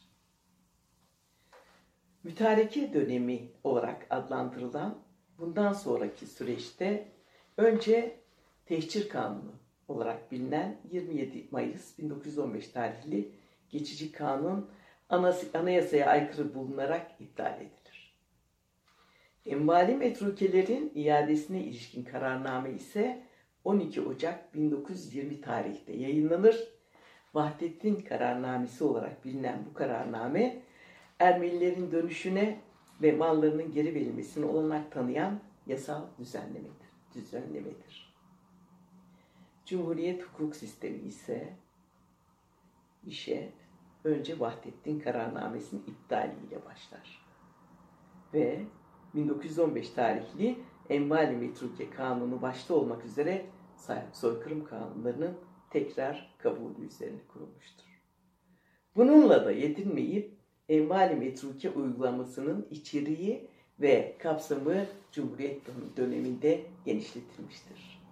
Mütareke dönemi olarak adlandırılan bundan sonraki süreçte önce tehcir kanunu olarak bilinen 27 Mayıs 1915 tarihli geçici kanun anayasaya aykırı bulunarak iptal edilir. Envali metrukelerin iadesine ilişkin kararname ise 12 Ocak 1920 tarihte yayınlanır. Vahdettin kararnamesi olarak bilinen bu kararname, Ermenilerin dönüşüne ve mallarının geri verilmesine olanak tanıyan yasal düzenlemedir. Cumhuriyet hukuk sistemi ise işe önce Vahdettin kararnamesinin iptaliyle başlar. Ve 1915 tarihli Envali Metruke Kanunu başta olmak üzere soykırım kanunlarının tekrar kabulü üzerine kurulmuştur. Bununla da yetinmeyip Envali Metruke uygulamasının içeriği ve kapsamı Cumhuriyet döneminde genişletilmiştir.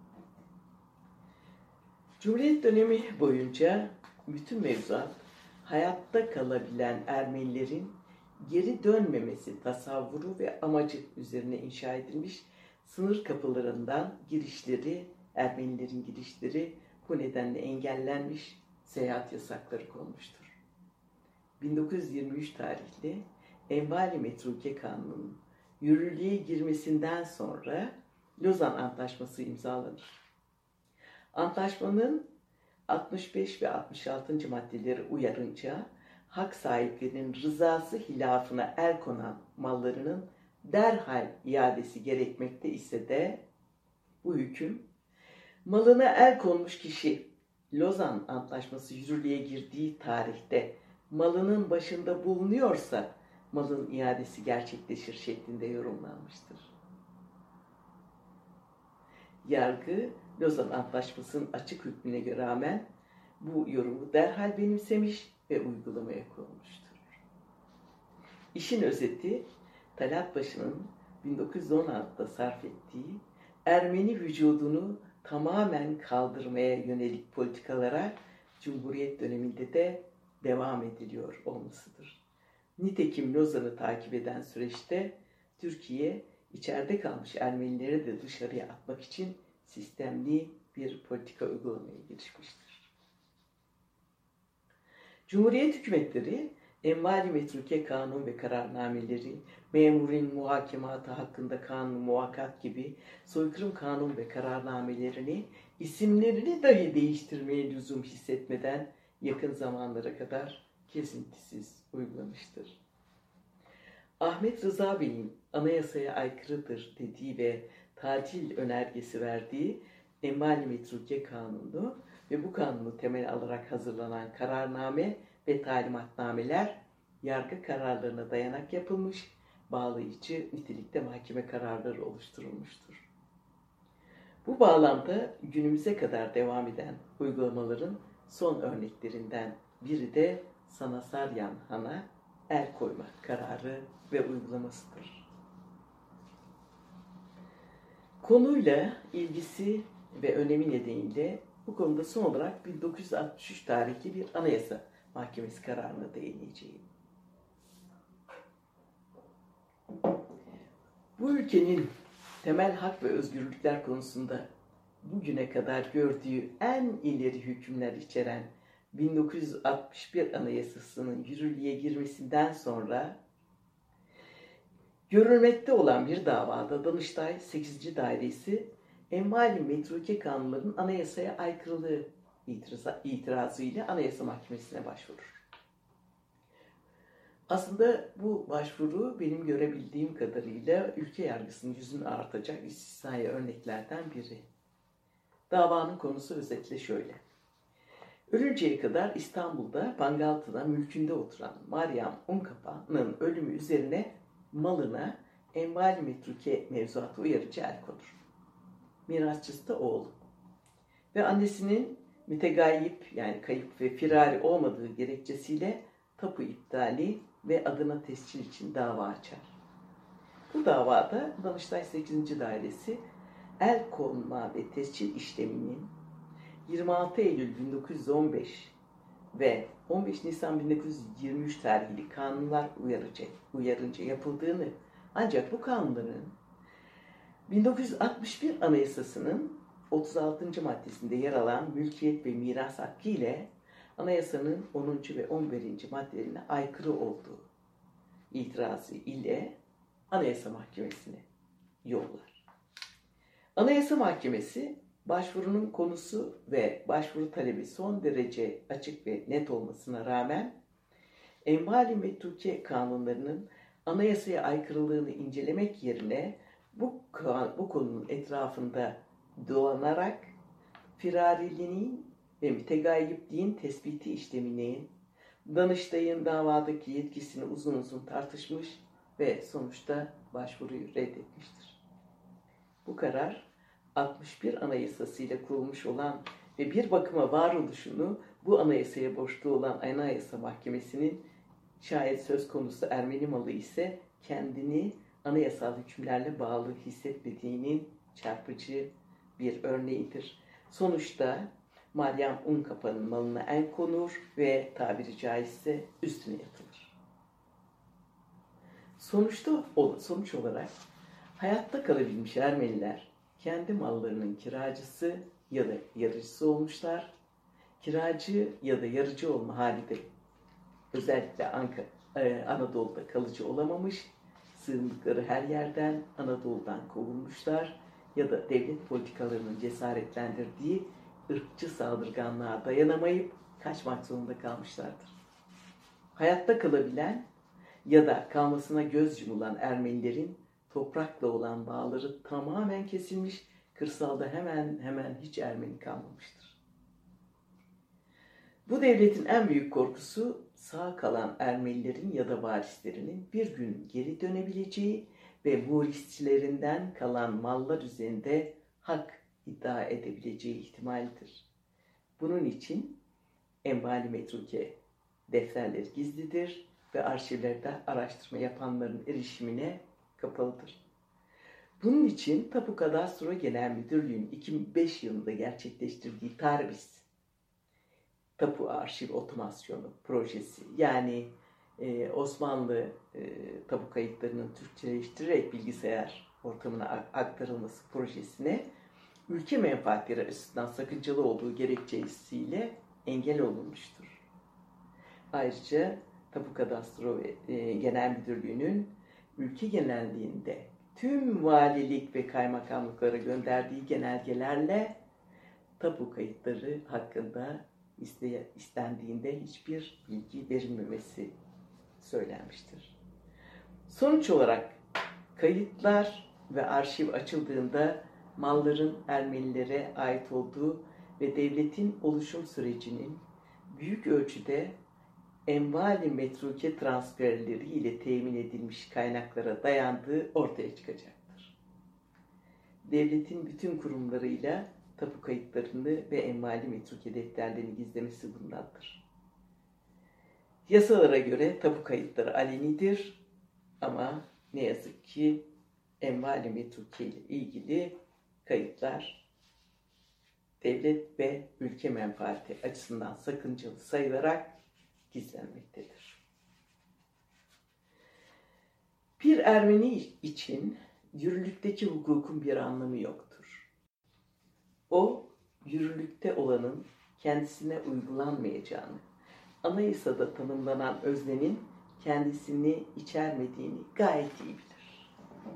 Cumhuriyet dönemi boyunca bütün mevzuat hayatta kalabilen Ermenilerin geri dönmemesi tasavvuru ve amacı üzerine inşa edilmiş, sınır kapılarından Ermenilerin girişleri bu nedenle engellenmiş, seyahat yasakları konmuştur. 1923 tarihli Envali Metruke Kanunu'nun yürürlüğe girmesinden sonra Lozan Antlaşması imzalanır. Antlaşmanın 65 ve 66. maddeleri uyarınca hak sahiplerinin rızası hilafına el konan mallarının derhal iadesi gerekmekte ise de bu hüküm, malına el konmuş kişi Lozan Antlaşması yürürlüğe girdiği tarihte malının başında bulunuyorsa malın iadesi gerçekleşir şeklinde yorumlanmıştır. Yargı, Lozan Antlaşması'nın açık hükmüne rağmen bu yorumu derhal benimsemiş ve uygulamaya koymuştur. İşin özeti, Talat Paşa'nın 1916'da sarf ettiği Ermeni vücudunu tamamen kaldırmaya yönelik politikalara Cumhuriyet döneminde de devam ediliyor olmasıdır. Nitekim Lozan'ı takip eden süreçte Türkiye içeride kalmış Ermenileri de dışarıya atmak için sistemli bir politika uygulamaya girişmiştir. Cumhuriyet hükümetleri Envali Metruke Kanun ve kararnameleri, memurin muhakematı hakkında kanun muhakkat gibi soykırım kanun ve kararnamelerini isimlerini dahi değiştirmeye lüzum hissetmeden yakın zamanlara kadar kesintisiz uygulamıştır. Ahmet Rıza Bey'in anayasaya aykırıdır dediği ve tacil önergesi verdiği Envali Metruke Kanunu ve bu kanunu temel alarak hazırlanan kararname ve talimatnameler yargı kararlarına dayanak yapılmış, bağlayıcı nitelikte mahkeme kararları oluşturulmuştur. Bu bağlamda günümüze kadar devam eden uygulamaların son örneklerinden biri de Sanasaryan Han'a el koyma kararı ve uygulamasıdır. Konuyla ilgisi ve önemi nedeniyle bu konuda son olarak 1963 tarihli bir Anayasa Mahkemesi kararına değineceğim. Bu ülkenin temel hak ve özgürlükler konusunda bugüne kadar gördüğü en ileri hükümler içeren 1961 Anayasası'nın yürürlüğe girmesinden sonra görülmekte olan bir davada Danıştay 8. Dairesi Envali Metruke Kanunları'nın anayasaya aykırılığı itirazı ile Anayasa Mahkemesi'ne başvurur. Aslında bu başvuru benim görebildiğim kadarıyla ülke yargısının yüzünü artacak istisnai örneklerden biri. Davanın konusu özetle şöyle. Ölünceye kadar İstanbul'da Bangaltı'da mülkünde oturan Meryem Unkapa'nın ölümü üzerine malına enval-i metruke mevzuatı uyarıcı el konur. Mirasçısı da oğlu. Ve annesinin mütegayyip yani kayıp ve firari olmadığı gerekçesiyle tapu iptali ve adına tescil için dava açar. Bu davada Danıştay 8. Dairesi el konma ve tescil işleminin 26 Eylül 1915 ve 15 Nisan 1923 tarihli kanunlar uyarınca yapıldığını, ancak bu kanunların 1961 Anayasası'nın 36. maddesinde yer alan mülkiyet ve miras hakkı ile anayasanın 10. ve 11. maddelerine aykırı olduğu itirazı ile Anayasa Mahkemesi'ne yollar. Anayasa Mahkemesi başvurunun konusu ve başvuru talebi son derece açık ve net olmasına rağmen enval-i metruke kanunlarının anayasaya aykırılığını incelemek yerine bu konunun etrafında dolanarak firariliğin ve mütegayyipliğin tespiti işlemini Danıştay'ın davadaki yetkisini uzun uzun tartışmış ve sonuçta başvuruyu reddetmiştir. Bu karar 61 Anayasası ile kurulmuş olan ve bir bakıma varoluşunu bu anayasaya borçlu olan Anayasa Mahkemesi'nin şayet söz konusu Ermeni malı ise kendini anayasal hükümlerle bağlı hissetmediğinin çarpıcı bir örneğidir. Sonuçta Meryem Unkapa'nın malına el konur ve tabiri caizse üstüne yatılır. Sonuç olarak hayatta kalabilmiş Ermeniler kendi mallarının kiracısı ya da yarıcısı olmuşlar. Kiracı ya da yarıcı olma hali de özellikle Anadolu'da kalıcı olamamış, sığındıkları her yerden Anadolu'dan kovulmuşlar ya da devlet politikalarının cesaretlendirdiği ırkçı saldırganlığa dayanamayıp kaçmak zorunda kalmışlardır. Hayatta kalabilen ya da kalmasına göz yumulan Ermenilerin toprakla olan bağları tamamen kesilmiş, kırsalda hemen hiç Ermeni kalmamıştır. Bu devletin en büyük korkusu sağ kalan Ermenilerin ya da varislerinin bir gün geri dönebileceği ve murisçilerinden kalan mallar üzerinde hak iddia edebileceği ihtimalidir. Bunun için enval-i metruke defterleri gizlidir ve arşivlerde araştırma yapanların erişimine kapalıdır. Bunun için Tapu Kadastro Genel Müdürlüğü'nün 2005 yılında gerçekleştirdiği TARBİS, Tapu Arşiv Otomasyonu projesi, yani Osmanlı tapu kayıtlarının Türkçeleştirerek bilgisayar ortamına aktarılması projesine ülke menfaatleri açısından sakıncalı olduğu gerekçesiyle engel olunmuştur. Ayrıca Tapu Kadastro Genel Müdürlüğü'nün ülke genelliğinde tüm valilik ve kaymakamlıklara gönderdiği genelgelerle tapu kayıtları hakkında istendiğinde hiçbir bilgi verilmemesi söylenmiştir. Sonuç olarak kayıtlar ve arşiv açıldığında malların Ermenilere ait olduğu ve devletin oluşum sürecinin büyük ölçüde enval-i metruke transferleri ile temin edilmiş kaynaklara dayandığı ortaya çıkacaktır. Devletin bütün kurumlarıyla tapu kayıtlarını ve enval-i metruke defterlerini gizlemesi bundandır. Yasalara göre tapu kayıtları alenidir ama ne yazık ki enval-i metruke ile ilgili kayıtlar devlet ve ülke menfaati açısından sakıncalı sayılarak gizlenmektedir. Bir Ermeni için yürürlükteki hukukun bir anlamı yoktur. O, yürürlükte olanın kendisine uygulanmayacağını, anayasada tanımlanan öznenin kendisini içermediğini gayet iyi bilir.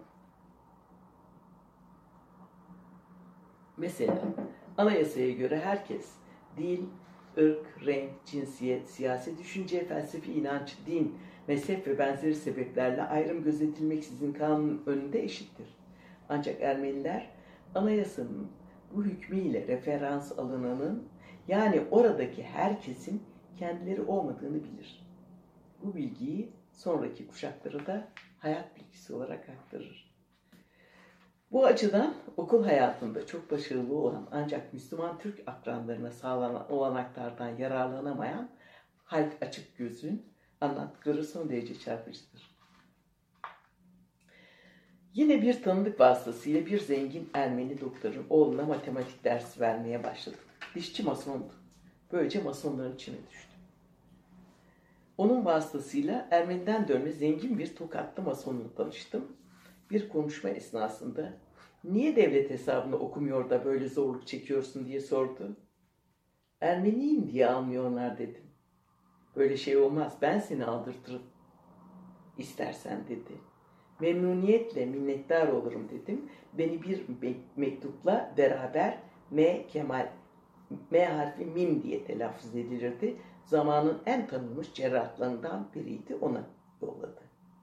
Mesela anayasaya göre herkes dil, ırk, renk, cinsiyet, siyasi düşünce, felsefi inanç, din, mezhep ve benzeri sebeplerle ayrım gözetilmeksizin kanun önünde eşittir. Ancak Ermeniler anayasanın bu hükmüyle referans alınanın, yani oradaki herkesin kendileri olmadığını bilir. Bu bilgiyi sonraki kuşaklara da hayat bilgisi olarak aktarır. Bu açıdan okul hayatında çok başarılı olan ancak Müslüman Türk akranlarına sağlanan olanaklardan yararlanamayan halk açık gözün anlattıkları son derece çarpıcıdır. Yine bir tanıdık vasıtasıyla bir zengin Ermeni doktorun oğluna matematik dersi vermeye başladım. Dişçi masondu. Böylece masonların içine düştü. Onun vasıtasıyla Ermeni'den dönme zengin bir Tokatlı masonla tanıştım. Bir konuşma esnasında "Niye devlet hesabını okumuyor da böyle zorluk çekiyorsun?" diye sordu. "Ermeniyim diye almıyorlar" dedim. "Böyle şey olmaz, ben seni aldırtırım istersen" dedi. "Memnuniyetle minnettar olurum" dedim. Beni bir mektupla beraber M harfi mim diye telaffuz edilirdi. Zamanın en tanınmış cerrahlarından biriydi, ona yolladı.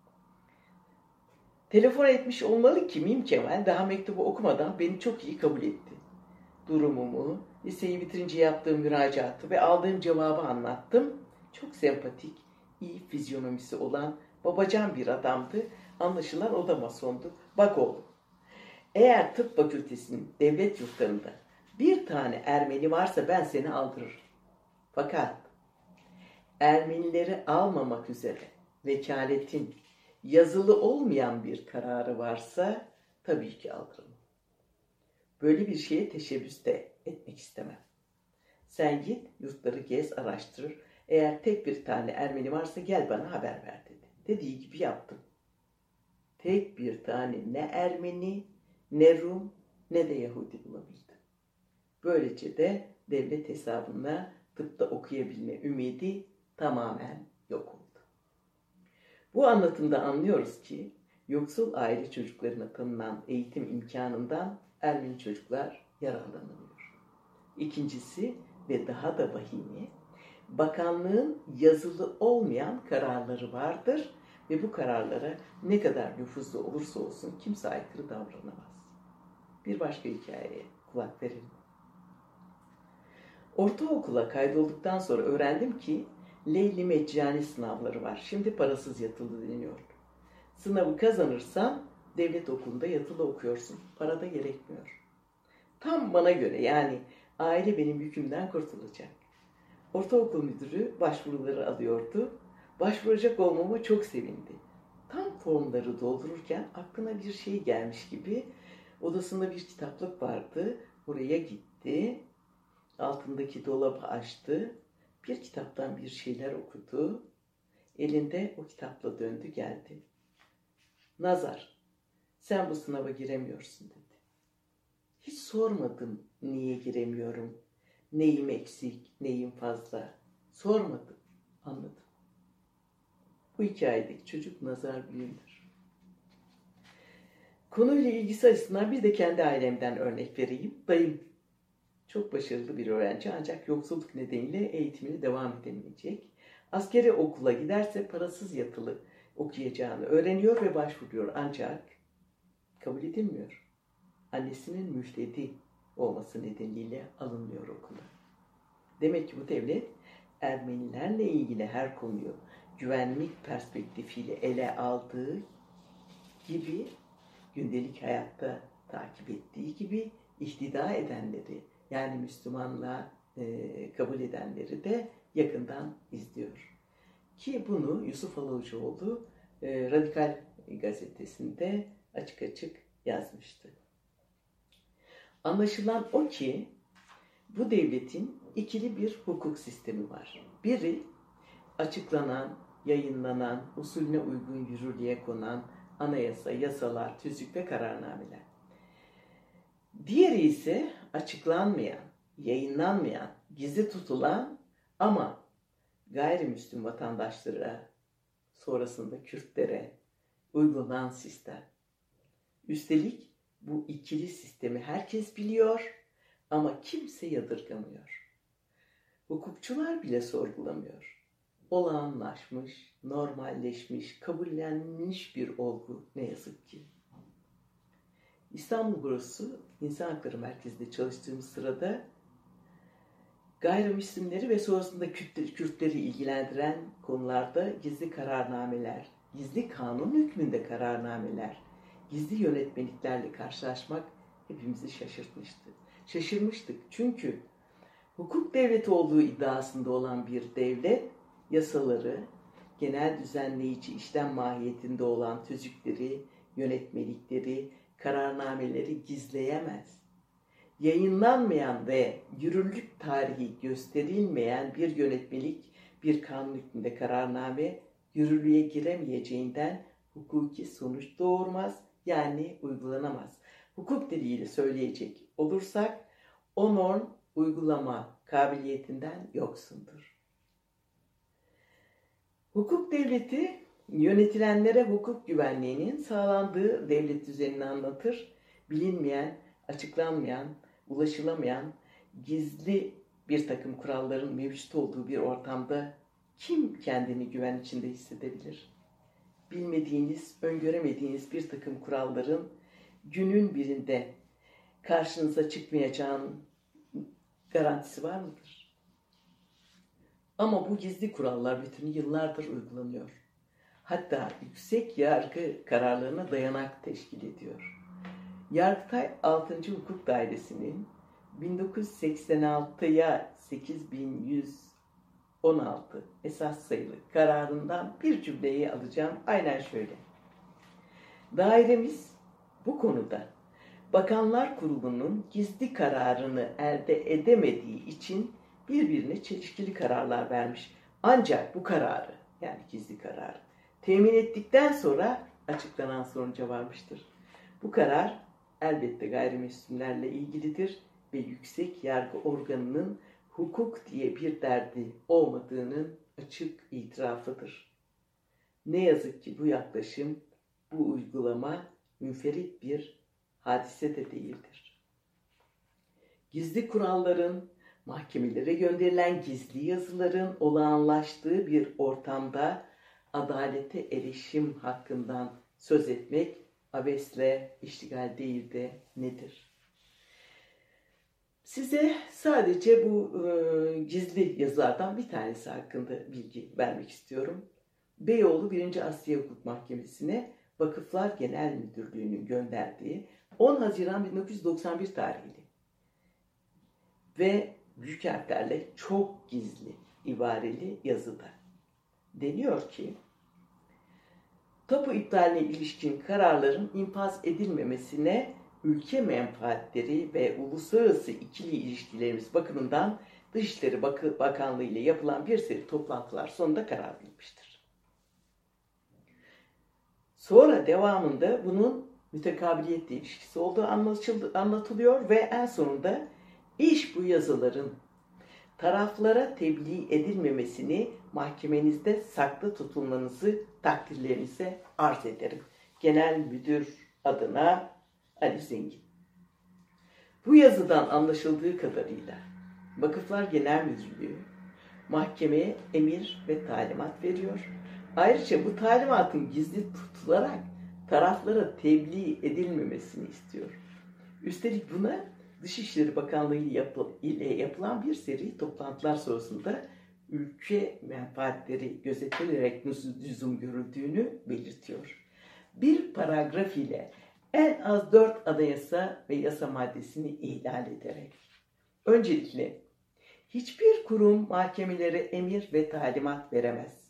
Telefon etmiş olmalı ki Mim Kemal daha mektubu okumadan beni çok iyi kabul etti. Durumumu, liseyi bitirince yaptığım müracaatı ve aldığım cevabı anlattım. Çok sempatik, iyi fizyonomisi olan babacan bir adamdı. Anlaşılan o da masondu. "Bak oğlum, eğer tıp fakültesinin devlet yurtlarında bir tane Ermeni varsa ben seni aldırırım. Fakat Ermenileri almamak üzere vekaletin yazılı olmayan bir kararı varsa tabii ki aldırırım. Böyle bir şeye teşebbüs de etmek istemem. Sen git, yurtları gez, araştır. Eğer tek bir tane Ermeni varsa gel bana haber ver" dedi. Dediği gibi yaptım. Tek bir tane ne Ermeni, ne Rum, ne de Yahudi bulabildim. Böylece de devlet hesabına tıpta okuyabilme ümidi tamamen yok oldu. Bu anlatımda anlıyoruz ki yoksul aile çocuklarına tanınan eğitim imkanından Ermeni çocuklar yararlanamıyor. İkincisi ve daha da vahimi, bakanlığın yazılı olmayan kararları vardır ve bu kararlara ne kadar nüfuzlu olursa olsun kimse aykırı davranamaz. Bir başka hikayeye kulak verelim. Ortaokula kaydolduktan sonra öğrendim ki Leyli Meccani sınavları var. Şimdi parasız yatılı deniyor. Sınavı kazanırsan devlet okulunda yatılı okuyorsun. Para da gerekmiyor. Tam bana göre, yani aile benim yükümden kurtulacak. Ortaokul müdürü başvuruları alıyordu. Başvuracak olmama çok sevindi. Tam formları doldururken aklına bir şey gelmiş gibi odasında bir kitaplık vardı. Oraya gitti. Altındaki dolabı açtı. Bir kitaptan bir şeyler okudu. Elinde o kitapla döndü geldi. "Nazar, sen bu sınava giremiyorsun" dedi. Hiç sormadım niye giremiyorum, neyim eksik, neyim fazla. Sormadım, anladım. Bu hikayedeki çocuk Nazar Büyündür. Konuyla ilgisi açısından bir de kendi ailemden örnek vereyim. Dayım çok başarılı bir öğrenci ancak yoksulluk nedeniyle eğitimine devam edemeyecek. Askeri okula giderse parasız yatılı okuyacağını öğreniyor ve başvuruyor ancak kabul edilmiyor. Annesinin müftedi olması nedeniyle alınmıyor okula. Demek ki bu devlet Ermenilerle ilgili her konuyu güvenlik perspektifiyle ele aldığı gibi, gündelik hayatta takip ettiği gibi ihtida edenleri, yani Müslümanlığa kabul edenleri de yakından izliyor. Ki bunu Yusuf Alavucioğlu Radikal gazetesinde açık açık yazmıştı. Anlaşılan o ki bu devletin ikili bir hukuk sistemi var. Biri açıklanan, yayınlanan, usulüne uygun yürürlüğe konan anayasa, yasalar, tüzük ve kararnameler. Diğeri ise açıklanmayan, yayınlanmayan, gizli tutulan ama gayrimüslim vatandaşlara, sonrasında Kürtlere uygulanan sistem. Üstelik bu ikili sistemi herkes biliyor ama kimse yadırgamıyor. Hukukçular bile sorgulamıyor. Olağanlaşmış, normalleşmiş, kabullenmiş bir olgu ne yazık ki. İstanbul Bürosu İnsan Hakları Merkezi'nde çalıştığım sırada gayrimüslimleri ve sonrasında Kürtleri ilgilendiren konularda gizli kararnameler, gizli kanun hükmünde kararnameler, gizli yönetmeliklerle karşılaşmak hepimizi şaşırtmıştı. Şaşırmıştık çünkü hukuk devleti olduğu iddiasında olan bir devlet yasaları, genel düzenleyici işlem mahiyetinde olan tüzükleri, yönetmelikleri, kararnameleri gizleyemez. Yayınlanmayan ve yürürlük tarihi gösterilmeyen bir yönetmelik, bir kanun hükmünde kararname yürürlüğe giremeyeceğinden hukuki sonuç doğurmaz, yani uygulanamaz. Hukuk diliyle söyleyecek olursak o norm uygulama kabiliyetinden yoksundur. Hukuk devleti yönetilenlere hukuk güvenliğinin sağlandığı devlet düzenini anlatır. Bilinmeyen, açıklanmayan, ulaşılamayan, gizli bir takım kuralların mevcut olduğu bir ortamda kim kendini güven içinde hissedebilir? Bilmediğiniz, öngöremediğiniz bir takım kuralların günün birinde karşınıza çıkmayacağının garantisi var mıdır? Ama bu gizli kurallar bütün yıllardır uygulanıyor. Hatta yüksek yargı kararlarına dayanak teşkil ediyor. Yargıtay 6. Hukuk Dairesi'nin 1986'ya 8116 esas sayılı kararından bir cümleyi alacağım. Aynen şöyle. Dairemiz bu konuda Bakanlar Kurulu'nun gizli kararını elde edemediği için birbirine çelişkili kararlar vermiş. Ancak bu kararı, yani gizli kararı, temin ettikten sonra açıklanan sonuca varmıştır. Bu karar elbette gayrimüslimlerle ilgilidir ve yüksek yargı organının hukuk diye bir derdi olmadığının açık itirafıdır. Ne yazık ki bu yaklaşım, bu uygulama münferit bir hadise de değildir. Gizli kuralların, mahkemelere gönderilen gizli yazıların olağanlaştığı bir ortamda adalete erişim hakkından söz etmek abesle iştigal değil de nedir? Size sadece bu gizli yazılardan bir tanesi hakkında bilgi vermek istiyorum. Beyoğlu 1. Asliye Hukuk Mahkemesi'ne Vakıflar Genel Müdürlüğü'nün gönderdiği 10 Haziran 1991 tarihli ve büyük harflerle çok gizli ibareli yazıda deniyor ki tapu iptaline ilişkin kararların infaz edilmemesine ülke menfaatleri ve uluslararası ikili ilişkilerimiz bakımından Dışişleri Bakanlığı ile yapılan bir seri toplantılar sonunda karar verilmiştir. Sonra devamında bunun mütekabiliyetle ilişkisi olduğu anlatılıyor ve en sonunda iş bu yazıların taraflara tebliğ edilmemesini mahkemenizde saklı tutulmanızı takdirlerinize arz ederim. Genel Müdür adına Ali Zengin. Bu yazıdan anlaşıldığı kadarıyla Vakıflar Genel Müdürlüğü mahkemeye emir ve talimat veriyor. Ayrıca bu talimatın gizli tutularak taraflara tebliğ edilmemesini istiyor. Üstelik buna Dışişleri Bakanlığı ile yapılan bir seri toplantılar sonrasında ülke menfaatleri gözetilerek lüzum görüldüğünü belirtiyor. Bir paragraf ile en az 4 anayasa ve yasa maddesini ihlal ederek. Öncelikle hiçbir kurum mahkemelere emir ve talimat veremez.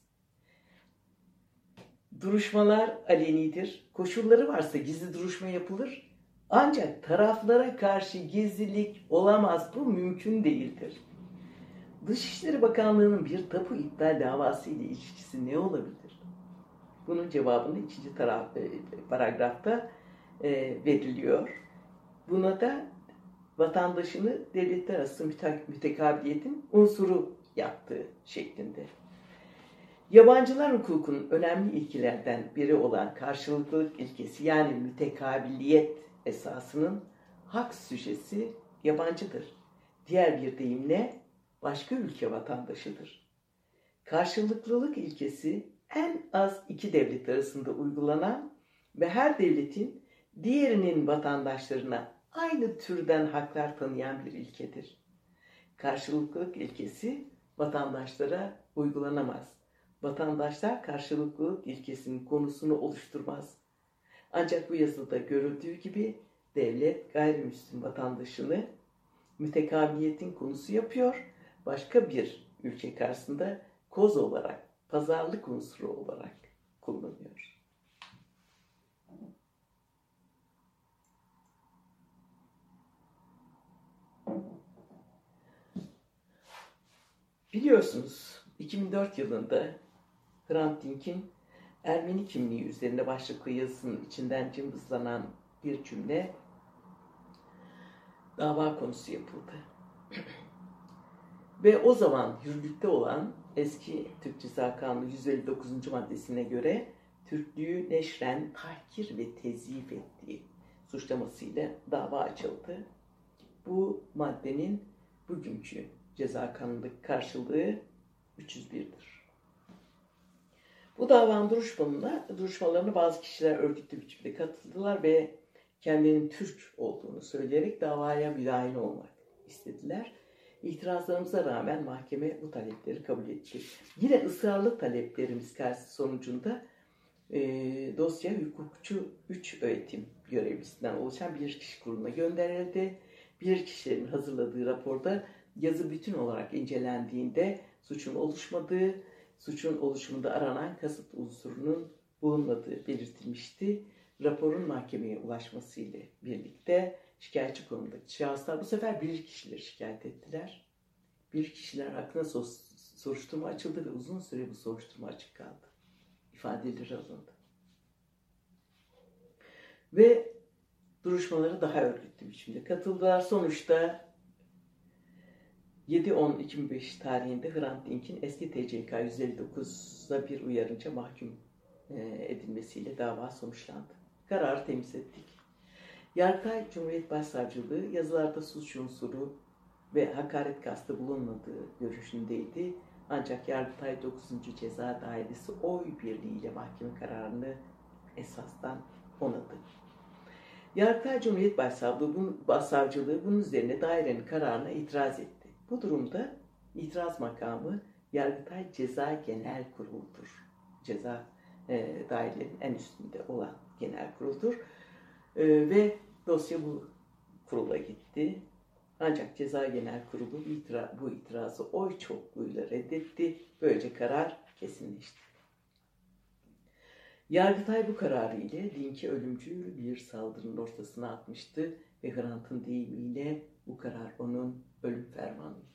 Duruşmalar alenidir. Koşulları varsa gizli duruşma yapılır. Ancak taraflara karşı gizlilik olamaz. Bu mümkün değildir. Dışişleri Bakanlığı'nın bir tapu iptal davası ile ilişkisi ne olabilir? Bunun cevabını 2. paragrafta veriliyor. Buna da vatandaşını devletler arası mütekabiliyetin unsuru yaptığı şeklinde. Yabancılar hukukunun önemli ilkelerden biri olan karşılıklılık ilkesi yani mütekabiliyet esasının hak süjesi yabancıdır. Diğer bir deyimle başka ülke vatandaşıdır. Karşılıklılık ilkesi en az iki devlet arasında uygulanan ve her devletin diğerinin vatandaşlarına aynı türden haklar tanıyan bir ilkedir. Karşılıklılık ilkesi vatandaşlara uygulanamaz. Vatandaşlar karşılıklılık ilkesinin konusunu oluşturmaz. Ancak bu yazıda görüldüğü gibi devlet gayrimüslim vatandaşını mütekabiliyetin konusu yapıyor, başka bir ülke karşısında koz olarak, pazarlık unsuru olarak kullanıyor. Biliyorsunuz 2004 yılında Hrant Dink'in Ermeni kimliği üzerine başlıklı yazısının içinden cımbızlanan bir cümle dava konusu yapıldı. Ve o zaman yürürlükte olan eski Türk Ceza Kanunu 159. maddesine göre Türklüğü neşren, tahkir ve tezif ettiği suçlamasıyla dava açıldı. Bu maddenin bugünkü ceza kanunundaki karşılığı 301'dir. Bu davanın duruşmalarına bazı kişiler örgütlü biçimde katıldılar ve kendilerinin Türk olduğunu söyleyerek davaya müdahil olmak istediler. İtirazlarımıza rağmen mahkeme bu talepleri kabul etti. Yine ısrarlı taleplerimiz karşısı sonucunda dosya hukukçu 3 öğretim görevlisinden oluşan bir kişi kuruluna gönderildi. Bir kişinin hazırladığı raporda yazı bütün olarak incelendiğinde suçun oluşmadığı, suçun oluşumunda aranan kasıt unsurunun bulunmadığı belirtilmişti. Raporun mahkemeye ulaşmasıyla birlikte şikayetçi konumdaki şahıslar bu sefer bilirkişileri şikayet ettiler. Bilirkişiler hakkında soruşturma açıldı ve uzun süre bu soruşturma açık kaldı. İfadeleri alındı. Ve duruşmalara daha örgütlü biçimde katıldılar. Sonuçta 7-10-2005 tarihinde Hrant Dink'in eski TCK 159'da bir uyarınca mahkum edilmesiyle dava sonuçlandı. Kararı temiz ettik. Yargıtay Cumhuriyet Başsavcılığı yazılarda suç unsuru ve hakaret kastı bulunmadığı görüşündeydi. Ancak Yargıtay 9. Ceza Dairesi oy birliğiyle mahkeme kararını esastan onadı. Yargıtay Cumhuriyet Başsavcılığı bunun üzerine dairenin kararına itiraz etti. Bu durumda itiraz makamı Yargıtay Ceza Genel Kurulu'dur. Ceza dairenin en üstünde olan genel kuruldur. Ve dosya bu kurula gitti. Ancak Ceza Genel Kurulu bu itirazı oy çokluğuyla reddetti. Böylece karar kesinleşti. Yargıtay bu kararı ile Dink'i ölümcül bir saldırının ortasına atmıştı ve Hrant'ın deyimiyle bu karar onun ölüm fermanıydı.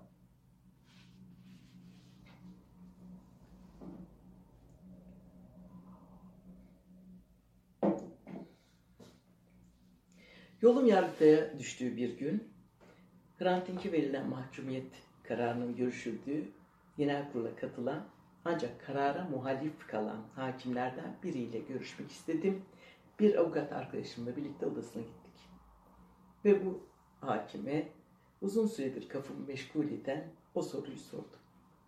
Yolum Yargıtay'a düştüğü bir gün, Hrant Dink'e verilen mahkumiyet kararının görüşüldüğü genel kurula katılan ancak karara muhalif kalan hakimlerden biriyle görüşmek istedim. Bir avukat arkadaşımla birlikte odasına gittik. Ve bu hakime uzun süredir kafamı meşgul eden o soruyu sordum.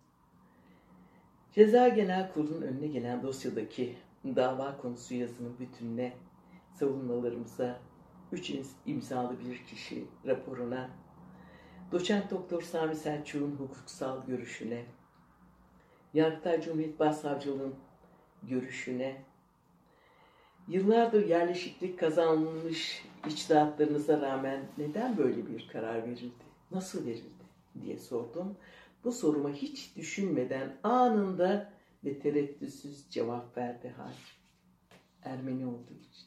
Ceza Genel Kurulu'nun önüne gelen dosyadaki dava konusu yazının bütününe, savunmalarımıza, 3 imzalı bir kişi raporuna, Doçent Doktor Sami Selçuk'un hukuksal görüşüne, Yargıtay Cumhuriyet Başsavcılığı'nın görüşüne, yıllardır yerleşiklik kazanmış içtihatlarınıza rağmen neden böyle bir karar verildi, nasıl verildi diye sordum. Bu soruma hiç düşünmeden anında ve tereddütsüz cevap verdi hakim. Ermeni olduğu için.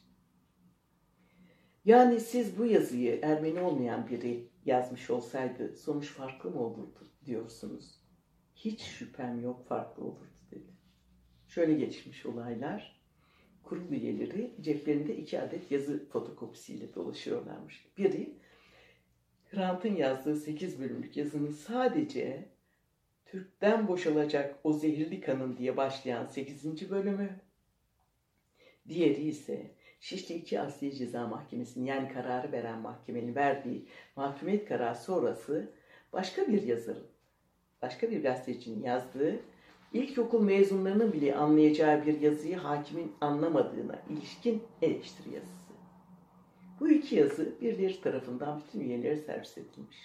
Yani siz bu yazıyı Ermeni olmayan biri yazmış olsaydı sonuç farklı mı olurdu diyorsunuz. Hiç şüphem yok farklı olurdu dedi. Şöyle geçmiş olaylar. Kurul üyeleri ceplerinde 2 adet yazı fotokopisiyle dolaşıyorlarmış. Biri Hrant'ın yazdığı 8 bölümlük yazının sadece Türk'ten boşalacak o zehirli kanın diye başlayan 8. bölümü, diğeri ise Şişli 2 Asliye Ceza Mahkemesi'nin, yani kararı veren mahkemenin verdiği mahkumiyet kararı sonrası başka bir yazarın, başka bir gazetecinin yazdığı, ilkokul mezunlarının bile anlayacağı bir yazıyı hakimin anlamadığına ilişkin eleştiri yazısı. Bu iki yazı birileri tarafından bütün üyelere servis edilmiş.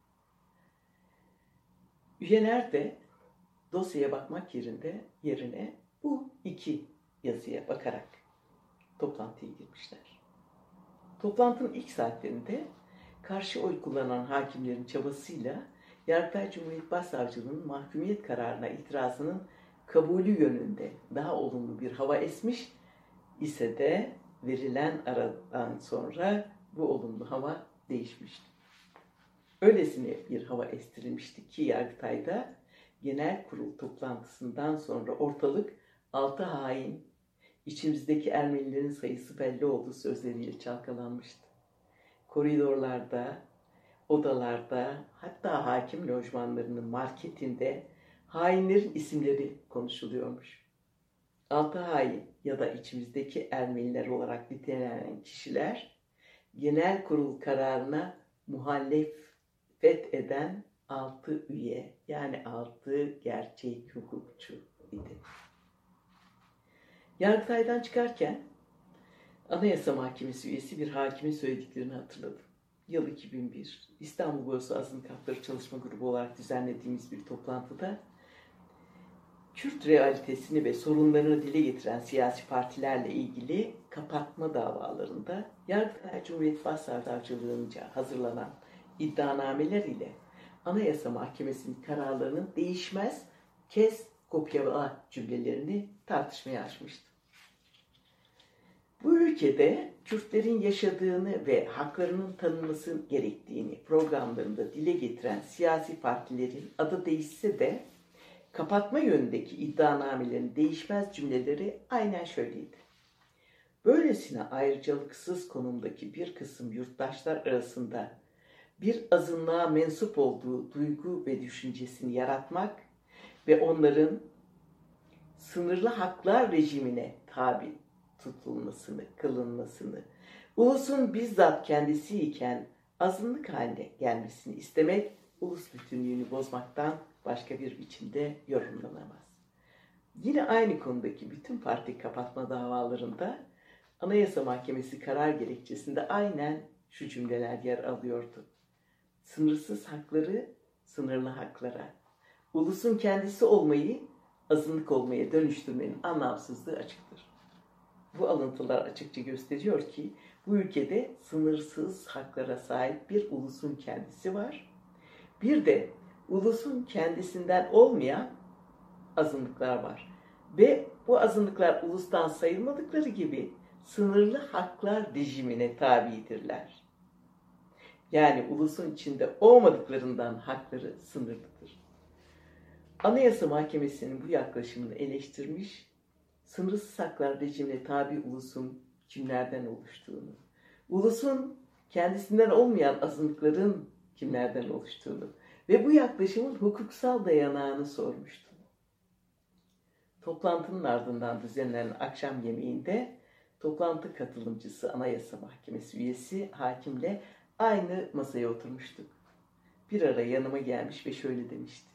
Üyeler de dosyaya bakmak yerine bu iki yazıya bakarak toplantıya girmişler. Toplantının ilk saatlerinde karşı oy kullanan hakimlerin çabasıyla Yargıtay Cumhuriyet Başsavcılığı'nın mahkumiyet kararına itirazının kabulü yönünde daha olumlu bir hava esmiş ise de verilen aradan sonra bu olumlu hava değişmişti. Öylesine bir hava estirilmişti ki Yargıtay'da genel kurul toplantısından sonra ortalık 6 hain, içimizdeki Ermenilerin sayısı belli olduğu sözleriyle çalkalanmıştı. Koridorlarda, odalarda, hatta hakim lojmanlarının marketinde hainlerin isimleri konuşuluyormuş. 6 hain ya da içimizdeki Ermeniler olarak nitelenen kişiler, genel kurul kararına muhalefet eden 6 üye, yani 6 gerçek hukukçu idi. Yargıtay'dan çıkarken Anayasa Mahkemesi üyesi bir hakimin söylediklerini hatırladım. Yıl 2001, İstanbul Borsası Azınlık Hakları Çalışma Grubu olarak düzenlediğimiz bir toplantıda Kürt realitesini ve sorunlarını dile getiren siyasi partilerle ilgili kapatma davalarında Yargıtay Cumhuriyet Başsavcılığı'nca hazırlanan iddianameler ile Anayasa Mahkemesi'nin kararlarının değişmez kes kopyala cümlelerini tartışmaya açmıştı. Bu ülkede Kürtlerin yaşadığını ve haklarının tanınması gerektiğini programlarında dile getiren siyasi partilerin adı değişse de kapatma yönündeki iddianamelerin değişmez cümleleri aynen şöyleydi. Böylesine ayrıcalıksız konumdaki bir kısım yurttaşlar arasında bir azınlığa mensup olduğu duygu ve düşüncesini yaratmak ve onların sınırlı haklar rejimine tabi tutulmasını, kılınmasını, ulusun bizzat kendisi iken azınlık haline gelmesini istemek, ulus bütünlüğünü bozmaktan başka bir biçimde yorumlanamaz. Yine aynı konudaki bütün parti kapatma davalarında Anayasa Mahkemesi karar gerekçesinde aynen şu cümleler yer alıyordu. Sınırsız hakları sınırlı haklara, ulusun kendisi olmayı azınlık olmaya dönüştürmenin anlamsızlığı açıktır. Bu alıntılar açıkça gösteriyor ki bu ülkede sınırsız haklara sahip bir ulusun kendisi var. Bir de ulusun kendisinden olmayan azınlıklar var. Ve bu azınlıklar ulustan sayılmadıkları gibi sınırlı haklar rejimine tabidirler. Yani ulusun içinde olmadıklarından hakları sınırlıdır. Anayasa Mahkemesi'nin bu yaklaşımını eleştirmiş, sınırsız haklar rejimine tabi ulusun kimlerden oluştuğunu, ulusun kendisinden olmayan azınlıkların kimlerden oluştuğunu ve bu yaklaşımın hukuksal dayanağını sormuştu. Toplantının ardından düzenlenen akşam yemeğinde toplantı katılımcısı Anayasa Mahkemesi üyesi hakimle aynı masaya oturmuştuk. Bir ara yanıma gelmiş ve şöyle demişti.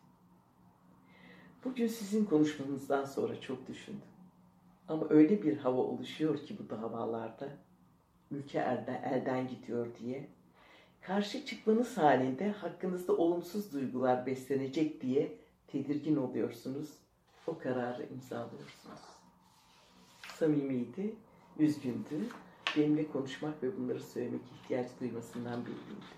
Bugün sizin konuşmanızdan sonra çok düşündüm. Ama öyle bir hava oluşuyor ki bu davalarda, ülke elden gidiyor diye, karşı çıkmanız halinde hakkınızda olumsuz duygular beslenecek diye tedirgin oluyorsunuz. O kararı imzalıyorsunuz. Samimiydi, üzgündü. Benimle konuşmak ve bunları söylemek ihtiyaç duymasından belliydi.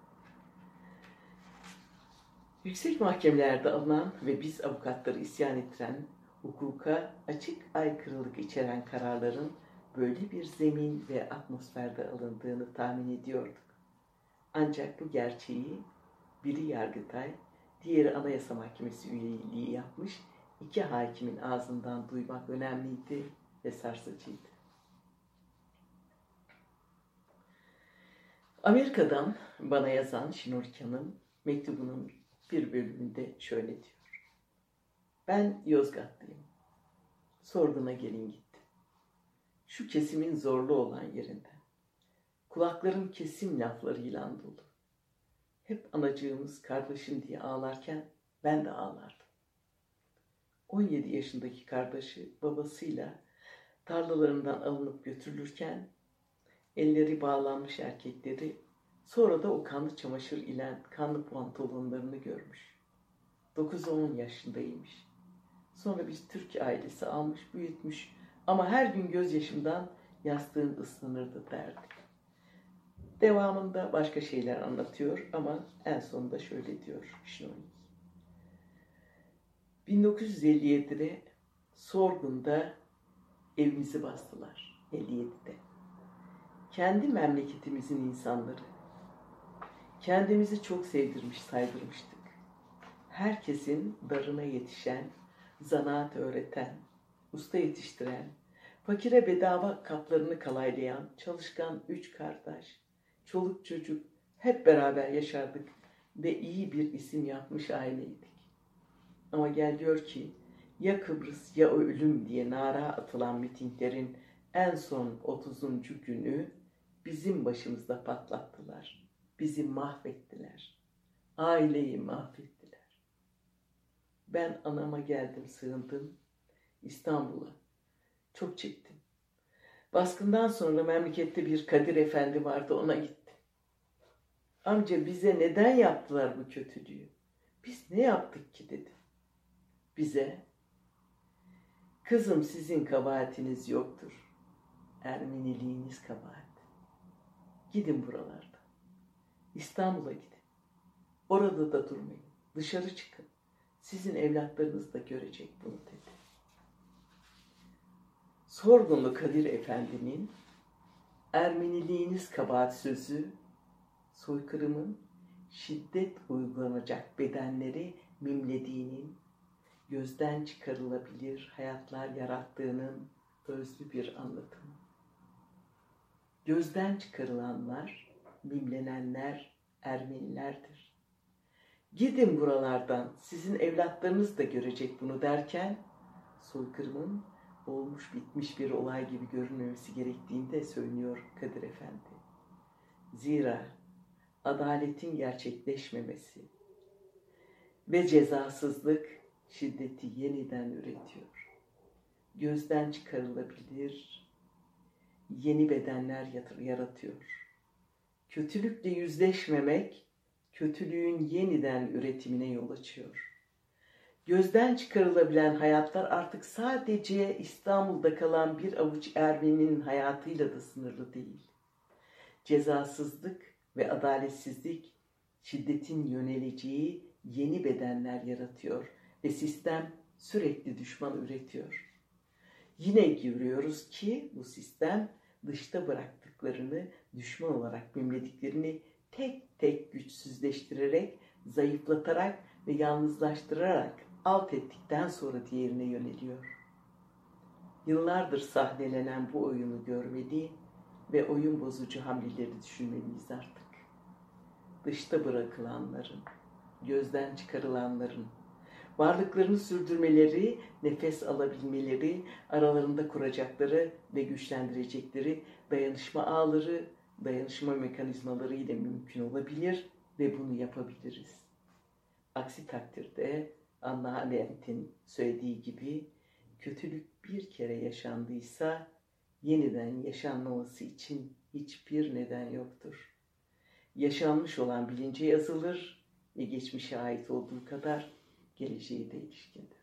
Yüksek mahkemelerde alınan ve biz avukatları isyan ettiren, hukuka açık aykırılık içeren kararların böyle bir zemin ve atmosferde alındığını tahmin ediyorduk. Ancak bu gerçeği biri Yargıtay, diğeri Anayasa Mahkemesi üyeliği yapmış iki hakimin ağzından duymak önemliydi ve sarsıcıydı. Amerika'dan bana yazan Şinorik Hanım mektubunun bir bölümünde şöyle diyor. Ben Yozgatlıyım. Sorgun'a gelin gittim. Şu kesimin zorlu olan yerinden. Kulaklarım kesim laflarıyla dolu. Hep anacığımız kardeşim diye ağlarken ben de ağlardım. 17 yaşındaki kardeşi babasıyla tarlalarından alınıp götürülürken elleri bağlanmış erkekleri, sonra da o kanlı çamaşır ile kanlı pantolonlarını görmüş. 9-10 yaşındaymış. Sonra bir Türk ailesi almış, büyütmüş ama her gün gözyaşımdan yastığım ıslanırdı derdi. Devamında başka şeyler anlatıyor ama en sonunda şöyle diyor Şinorik. 1957'de Sorgun'da evimizi bastılar. 57'de. Kendi memleketimizin insanları. Kendimizi çok sevdirmiş, saydırmıştık. Herkesin darına yetişen, zanaat öğreten, usta yetiştiren, fakire bedava kaplarını kalaylayan, çalışkan 3 kardeş, çoluk çocuk hep beraber yaşardık ve iyi bir isim yapmış aileydik. Ama gel gör ki ya Kıbrıs ya ölüm diye nara atılan mitinglerin en son 30. günü bizim başımızda patlattılar. Bizi mahvettiler. Aileyi mahvettiler. Ben anama geldim, sığındım İstanbul'a. Çok çektim. Baskından sonra memlekette bir Kadir Efendi vardı, ona gittim. Amca bize neden yaptılar bu kötülüğü? Biz ne yaptık ki dedim. Bize, kızım sizin kabahatiniz yoktur. Ermeniliğiniz kabahat. Gidin buralarda. İstanbul'a gidin. Orada da durmayın. Dışarı çıkın. Sizin evlatlarınız da görecek bunu dedi. Sorgunlu Kadir Efendi'nin Ermeniliğiniz kabahat sözü, soykırımın şiddet uygulanacak bedenleri mimlediğinin, gözden çıkarılabilir hayatlar yarattığının özlü bir anlatımı. Gözden çıkarılanlar, mimlenenler Ermenilerdir. Gidin buralardan, sizin evlatlarınız da görecek bunu derken, soykırımın olmuş bitmiş bir olay gibi görünmemesi gerektiğini de söylüyor Kadir Efendi. Zira adaletin gerçekleşmemesi ve cezasızlık şiddeti yeniden üretiyor. Gözden çıkarılabilir yeni bedenler yaratıyor. Kötülükle yüzleşmemek, kötülüğün yeniden üretimine yol açıyor. Gözden çıkarılabilen hayatlar artık sadece İstanbul'da kalan bir avuç Ermeni'nin hayatıyla da sınırlı değil. Cezasızlık ve adaletsizlik şiddetin yöneleceği yeni bedenler yaratıyor ve sistem sürekli düşman üretiyor. Yine görüyoruz ki bu sistem dışta bıraktıklarını, düşman olarak mimlediklerini tek tek güçsüzleştirerek, zayıflatarak ve yalnızlaştırarak alt ettikten sonra diğerine yöneliyor. Yıllardır sahnelenen bu oyunu görmeli ve oyun bozucu hamleleri düşünmeliyiz artık. Dışta bırakılanların, gözden çıkarılanların, varlıklarını sürdürmeleri, nefes alabilmeleri, aralarında kuracakları ve güçlendirecekleri dayanışma ağları, dayanışma mekanizmaları ile mümkün olabilir ve bunu yapabiliriz. Aksi takdirde Hannah Arendt'in söylediği gibi kötülük bir kere yaşandıysa yeniden yaşanmaması için hiçbir neden yoktur. Yaşanmış olan bilince yazılır ve geçmişe ait olduğu kadar geleceğe de ilişkindir.